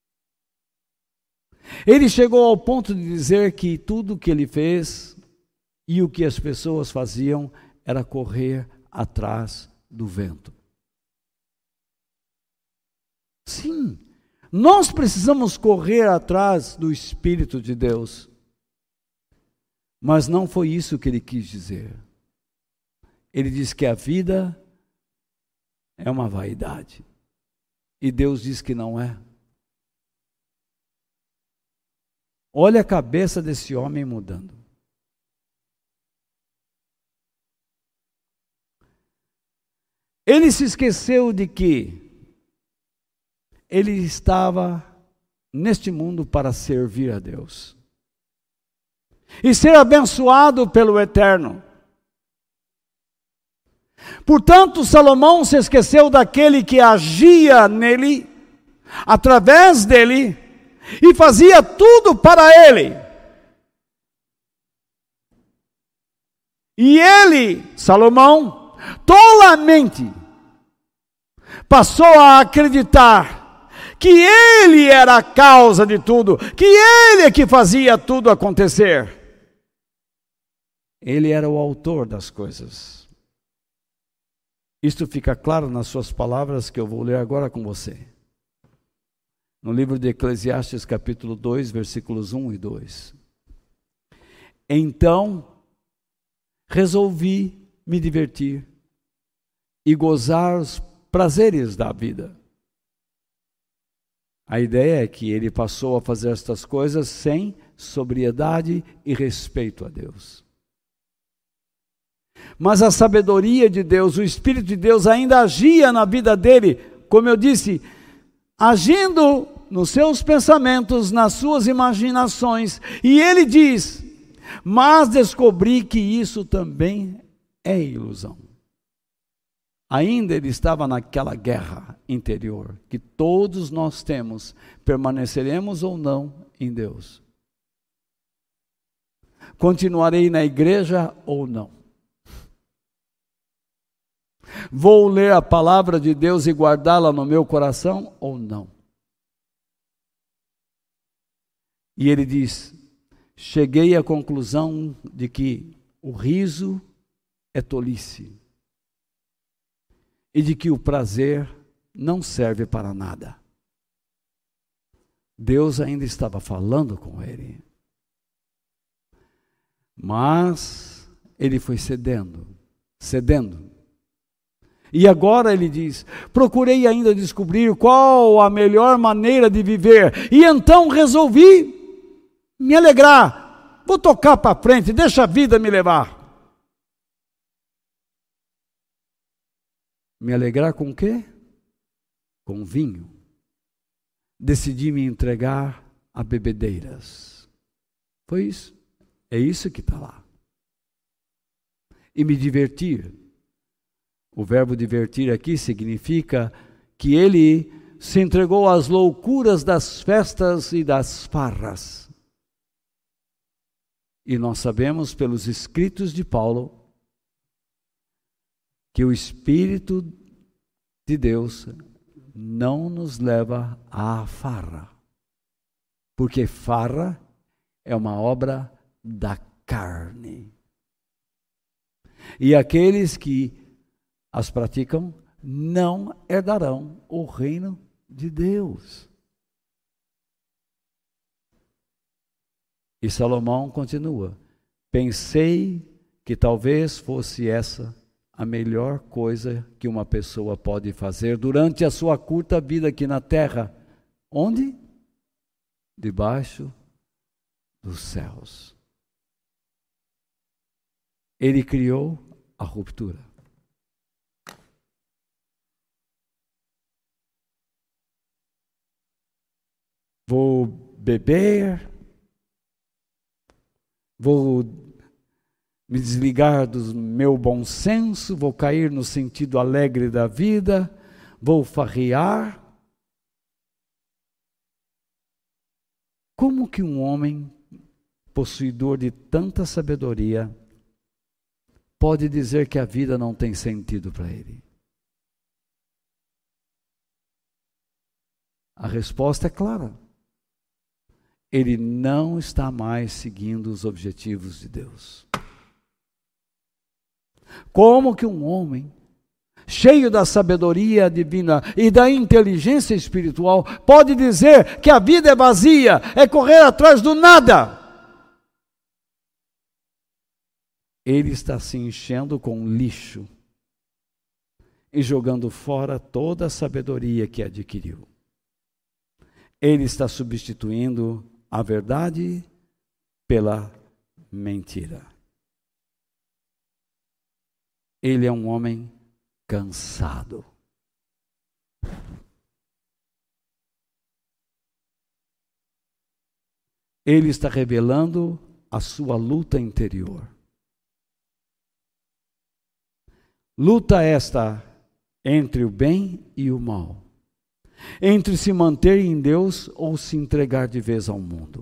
S1: Ele chegou ao ponto de dizer que tudo o que ele fez e o que as pessoas faziam era correr atrás do vento. Sim, nós precisamos correr atrás do Espírito de Deus. Mas não foi isso que ele quis dizer. Ele diz que a vida é uma vaidade. E Deus diz que não é. Olha a cabeça desse homem mudando. Ele se esqueceu de que ele estava neste mundo para servir a Deus e ser abençoado pelo Eterno. Portanto, Salomão se esqueceu daquele que agia nele, através dele, e fazia tudo para ele. E ele, Salomão, tolamente passou a acreditar que ele era a causa de tudo, que ele é que fazia tudo acontecer. Ele era o autor das coisas. Isto fica claro nas suas palavras que eu vou ler agora com você. No livro de Eclesiastes, capítulo 2, versículos 1 e 2. Então, resolvi me divertir e gozar os prazeres da vida. A ideia é que ele passou a fazer estas coisas sem sobriedade e respeito a Deus. Mas a sabedoria de Deus, o Espírito de Deus ainda agia na vida dele, como eu disse, agindo nos seus pensamentos, nas suas imaginações. E ele diz, mas descobri que isso também é ilusão. Ainda ele estava naquela guerra interior, que todos nós temos, permaneceremos ou não em Deus. Continuarei na igreja ou não? Vou ler a palavra de Deus e guardá-la no meu coração ou não? E ele diz, cheguei à conclusão de que o riso é tolice e de que o prazer não serve para nada. Deus ainda estava falando com ele, mas ele foi cedendo. E agora ele diz, procurei ainda descobrir qual a melhor maneira de viver, e então resolvi me alegrar, vou tocar para frente, deixa a vida me levar. Me alegrar com o quê? Com vinho. Decidi me entregar a bebedeiras. Foi isso. É isso que está lá. E me divertir. O verbo divertir aqui significa que ele se entregou às loucuras das festas e das farras. E nós sabemos pelos escritos de Paulo que o Espírito de Deus não nos leva à farra, porque farra é uma obra da carne. E aqueles que as praticam não herdarão o reino de Deus. E Salomão continua, pensei que talvez fosse essa a melhor coisa que uma pessoa pode fazer durante a sua curta vida aqui na terra. Onde? Debaixo dos céus. Ele criou a ruptura. Vou beber, vou me desligar do meu bom senso, vou cair no sentido alegre da vida, vou farrear. Como que um homem possuidor de tanta sabedoria pode dizer que a vida não tem sentido para ele? A resposta é clara. Ele não está mais seguindo os objetivos de Deus. Como que um homem cheio da sabedoria divina e da inteligência espiritual pode dizer que a vida é vazia, é correr atrás do nada? Ele está se enchendo com lixo e jogando fora toda a sabedoria que adquiriu. Ele está substituindo a verdade pela mentira. Ele é um homem cansado. Ele está revelando a sua luta interior. Luta esta entre o bem e o mal, entre se manter em Deus ou se entregar de vez ao mundo.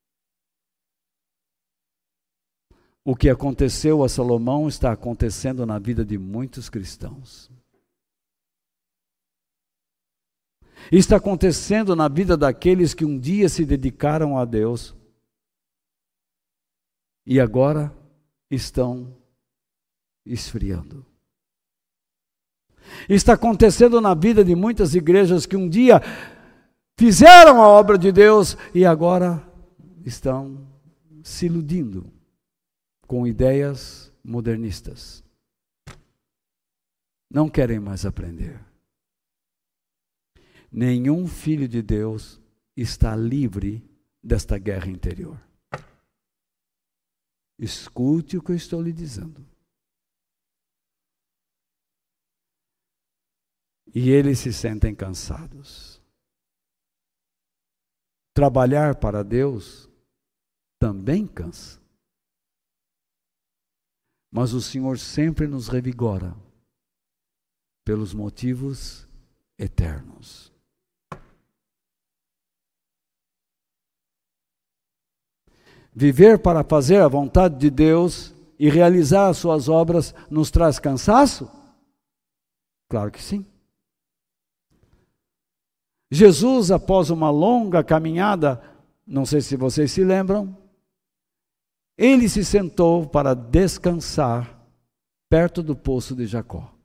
S1: O que aconteceu a Salomão está acontecendo na vida de muitos cristãos. Está acontecendo na vida daqueles que um dia se dedicaram a Deus e agora estão esfriando. Está acontecendo na vida de muitas igrejas que um dia fizeram a obra de Deus e agora estão se iludindo com ideias modernistas. Não querem mais aprender. Nenhum filho de Deus está livre desta guerra interior. Escute o que eu estou lhe dizendo. E eles se sentem cansados. Trabalhar para Deus também cansa. Mas o Senhor sempre nos revigora pelos motivos eternos. Viver para fazer a vontade de Deus e realizar as suas obras nos traz cansaço? Claro que sim. Jesus, após uma longa caminhada, não sei se vocês se lembram, ele se sentou para descansar perto do poço de Jacó.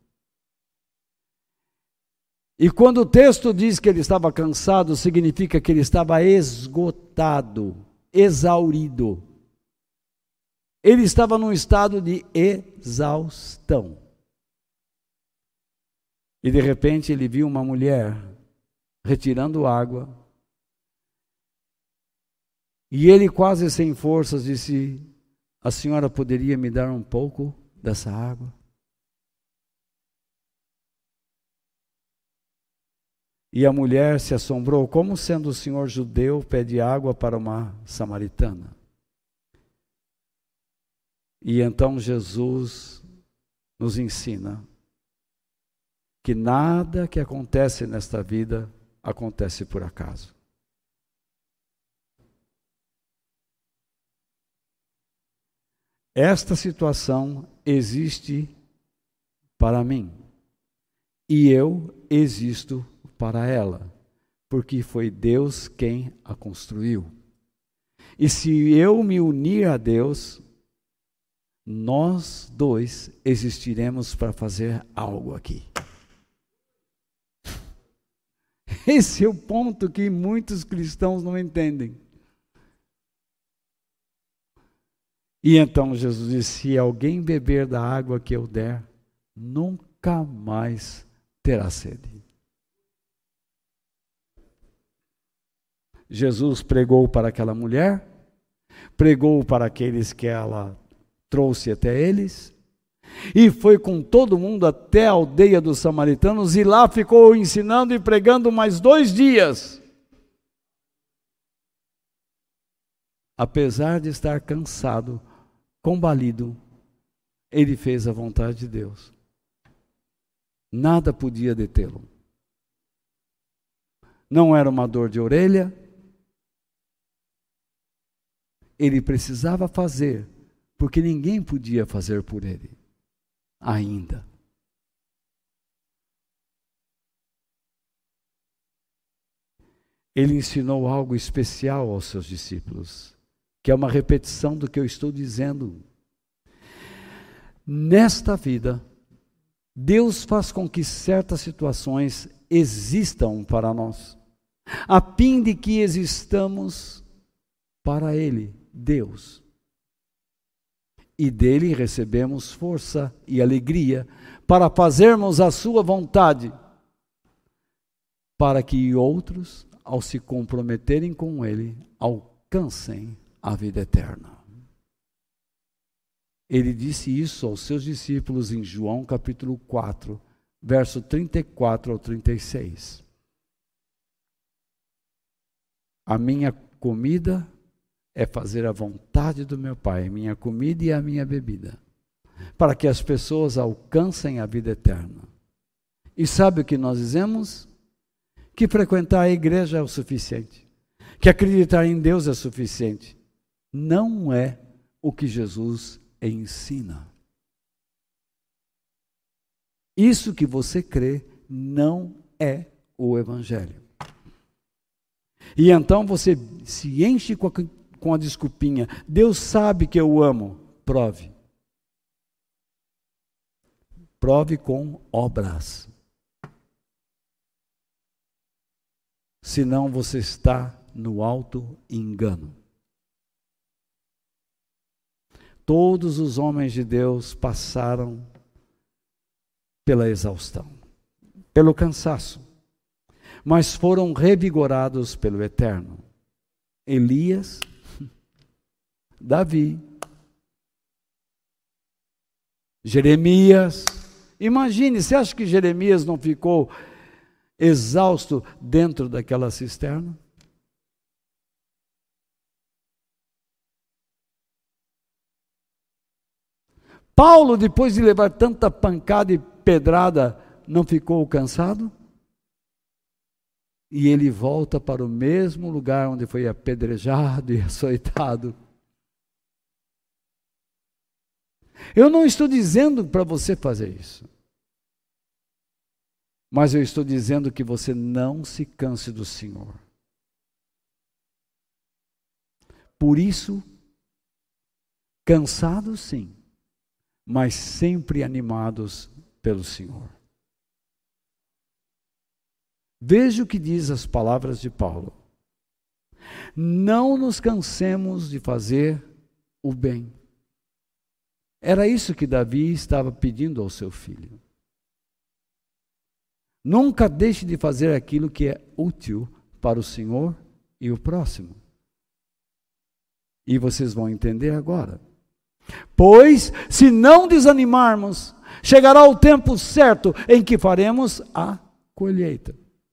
S1: E quando o texto diz que ele estava cansado, significa que ele estava esgotado, exaurido. Ele estava num estado de exaustão. E de repente ele viu uma mulher retirando água. E ele, quase sem forças, disse: a senhora poderia me dar um pouco dessa água? E a mulher se assombrou, como sendo o senhor judeu pede água para uma samaritana? E então Jesus nos ensina que nada que acontece nesta vida acontece por acaso. Esta situação existe para mim e eu existo para ela, porque foi Deus quem a construiu. E se eu me unir a Deus, nós dois existiremos para fazer algo aqui. Esse é o ponto que muitos cristãos não entendem. E então Jesus disse: se alguém beber da água que eu der, nunca mais terá sede. Jesus pregou para aquela mulher, pregou para aqueles que ela trouxe até eles, e foi com todo mundo até a aldeia dos samaritanos, e lá ficou ensinando e pregando mais 2 dias. Apesar de estar cansado, combalido, ele fez a vontade de Deus. Nada podia detê-lo. Não era uma dor de orelha. Ele precisava fazer, porque ninguém podia fazer por ele, ainda. ele ensinou algo especial aos seus discípulos, que é uma repetição do que eu estou dizendo. Nesta vida, Deus faz com que certas situações existam para nós, a fim de que existamos para Ele, Deus. E dele recebemos força e alegria para fazermos a sua vontade, para que outros, ao se comprometerem com Ele, alcancem a vida eterna. Ele disse isso aos seus discípulos em João capítulo 4, verso 34 ao 36. A minha comida é fazer a vontade do meu Pai, minha comida e a minha bebida, para que as pessoas alcancem a vida eterna. E sabe o que nós dizemos? Que frequentar a igreja é o suficiente, que acreditar em Deus é suficiente. Não é o que Jesus ensina. Isso que você crê não é o Evangelho. E então você se enche com a desculpinha. Deus sabe que eu amo. Prove. Prove com obras. Senão você está no alto engano. Todos os homens de Deus passaram pela exaustão, pelo cansaço, mas foram revigorados pelo Eterno. Elias, Davi, Jeremias. Imagine, você acha que Jeremias não ficou exausto dentro daquela cisterna? Paulo, depois de levar tanta pancada e pedrada, não ficou cansado? E ele volta para o mesmo lugar onde foi apedrejado e açoitado. Eu não estou dizendo para você fazer isso, mas eu estou dizendo que você não se canse do Senhor. Por isso, cansados sim, mas sempre animados pelo Senhor. Veja o que diz as palavras de Paulo. Não nos cansemos de fazer o bem. Era isso que Davi estava pedindo ao seu filho. Nunca deixe de fazer aquilo que é útil para o Senhor e o próximo. E vocês vão entender agora. Pois, se não desanimarmos, chegará o tempo certo em que faremos a colheita.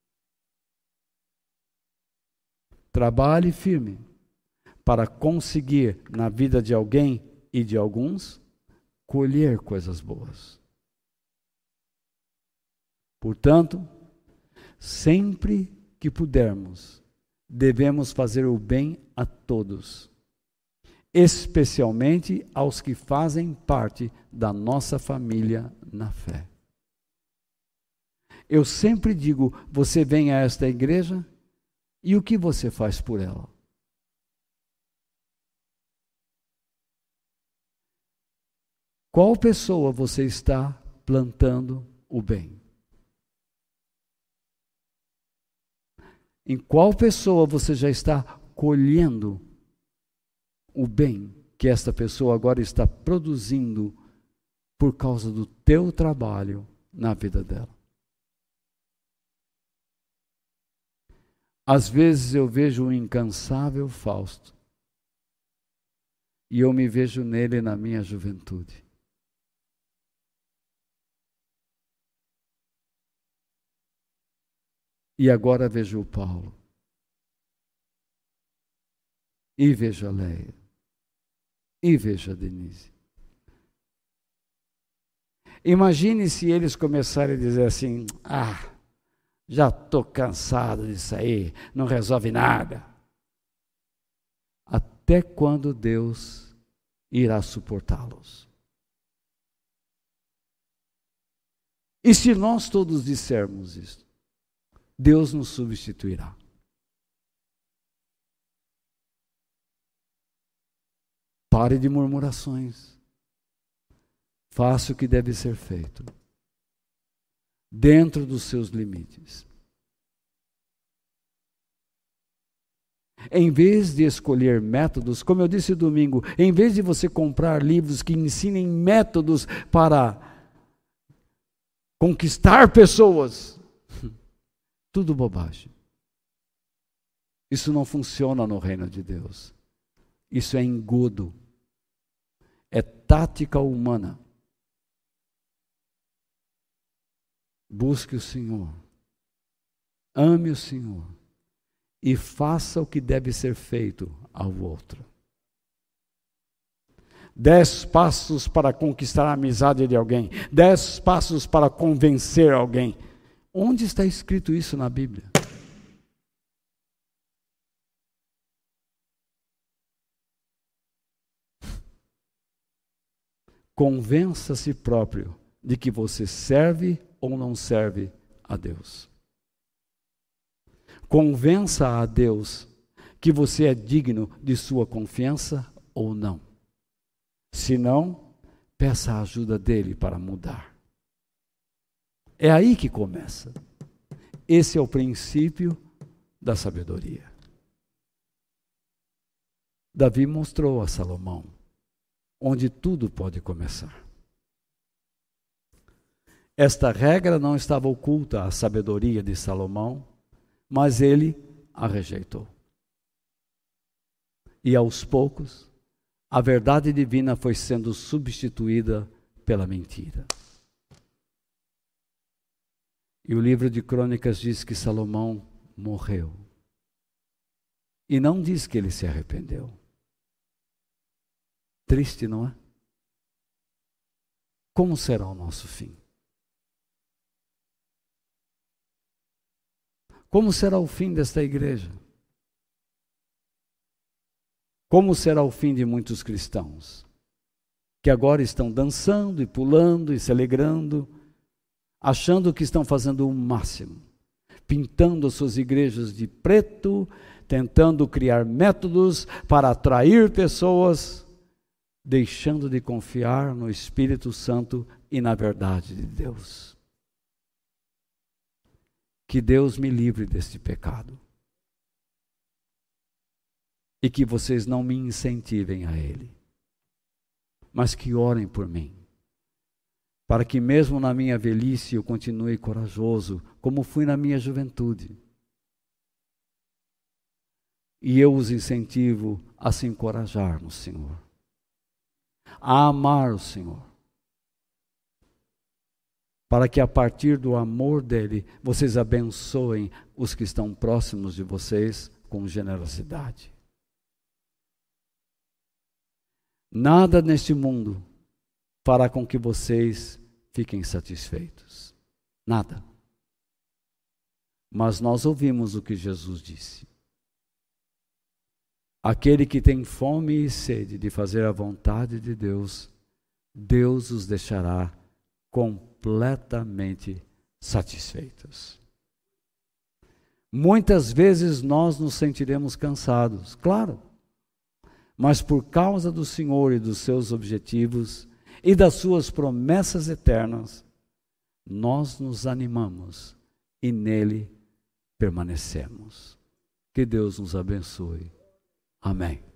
S1: Trabalhe firme para conseguir, na vida de alguém e de alguns, colher coisas boas. Portanto, sempre que pudermos, devemos fazer o bem a todos, especialmente aos que fazem parte da nossa família na fé. Eu sempre digo, você vem a esta igreja e o que você faz por ela? Qual pessoa você está plantando o bem? Em qual pessoa você já está colhendo o bem que esta pessoa agora está produzindo por causa do teu trabalho na vida dela? Às vezes eu vejo um incansável Fausto e eu me vejo nele na minha juventude. E agora vejo o Paulo. E vejo a Leia. E vejo a Denise. Imagine se eles começarem a dizer assim, já estou cansado disso aí, não resolve nada. Até quando Deus irá suportá-los? E se nós todos dissermos isso, Deus nos substituirá. Pare de murmurações. Faça o que deve ser feito, dentro dos seus limites. Em vez de escolher métodos, como eu disse domingo, em vez de você comprar livros que ensinem métodos para conquistar pessoas, tudo bobagem. Isso não funciona no reino de Deus. Isso é engodo. É tática humana. Busque o Senhor. Ame o Senhor. E faça o que deve ser feito ao outro. 10 passos para conquistar a amizade de alguém. 10 passos para convencer alguém. Onde está escrito isso na Bíblia? Convença a si próprio de que você serve ou não serve a Deus. Convença a Deus que você é digno de sua confiança ou não. Se não, peça a ajuda dele para mudar. É aí que começa. Esse é o princípio da sabedoria. Davi mostrou a Salomão onde tudo pode começar. Esta regra não estava oculta à sabedoria de Salomão, mas ele a rejeitou. E aos poucos, a verdade divina foi sendo substituída pela mentira. E o livro de Crônicas diz que Salomão morreu. E não diz que ele se arrependeu. Triste, não é? Como será o nosso fim? Como será o fim desta igreja? Como será o fim de muitos cristãos que agora estão dançando e pulando e se alegrando, achando que estão fazendo o máximo, pintando as suas igrejas de preto, tentando criar métodos para atrair pessoas, deixando de confiar no Espírito Santo e na verdade de Deus. Que Deus me livre deste pecado. E que vocês não me incentivem a ele, mas que orem por mim, para que mesmo na minha velhice eu continue corajoso, como fui na minha juventude. E eu os incentivo a se encorajar no Senhor, a amar o Senhor, para que a partir do amor dele, vocês abençoem os que estão próximos de vocês com generosidade. Nada neste mundo fará com que vocês fiquem satisfeitos. Nada. Mas nós ouvimos o que Jesus disse. Aquele que tem fome e sede de fazer a vontade de Deus, Deus os deixará completamente satisfeitos. Muitas vezes nós nos sentiremos cansados, claro, mas por causa do Senhor e dos seus objetivos e das suas promessas eternas, nós nos animamos e nele permanecemos. Que Deus nos abençoe. Amém.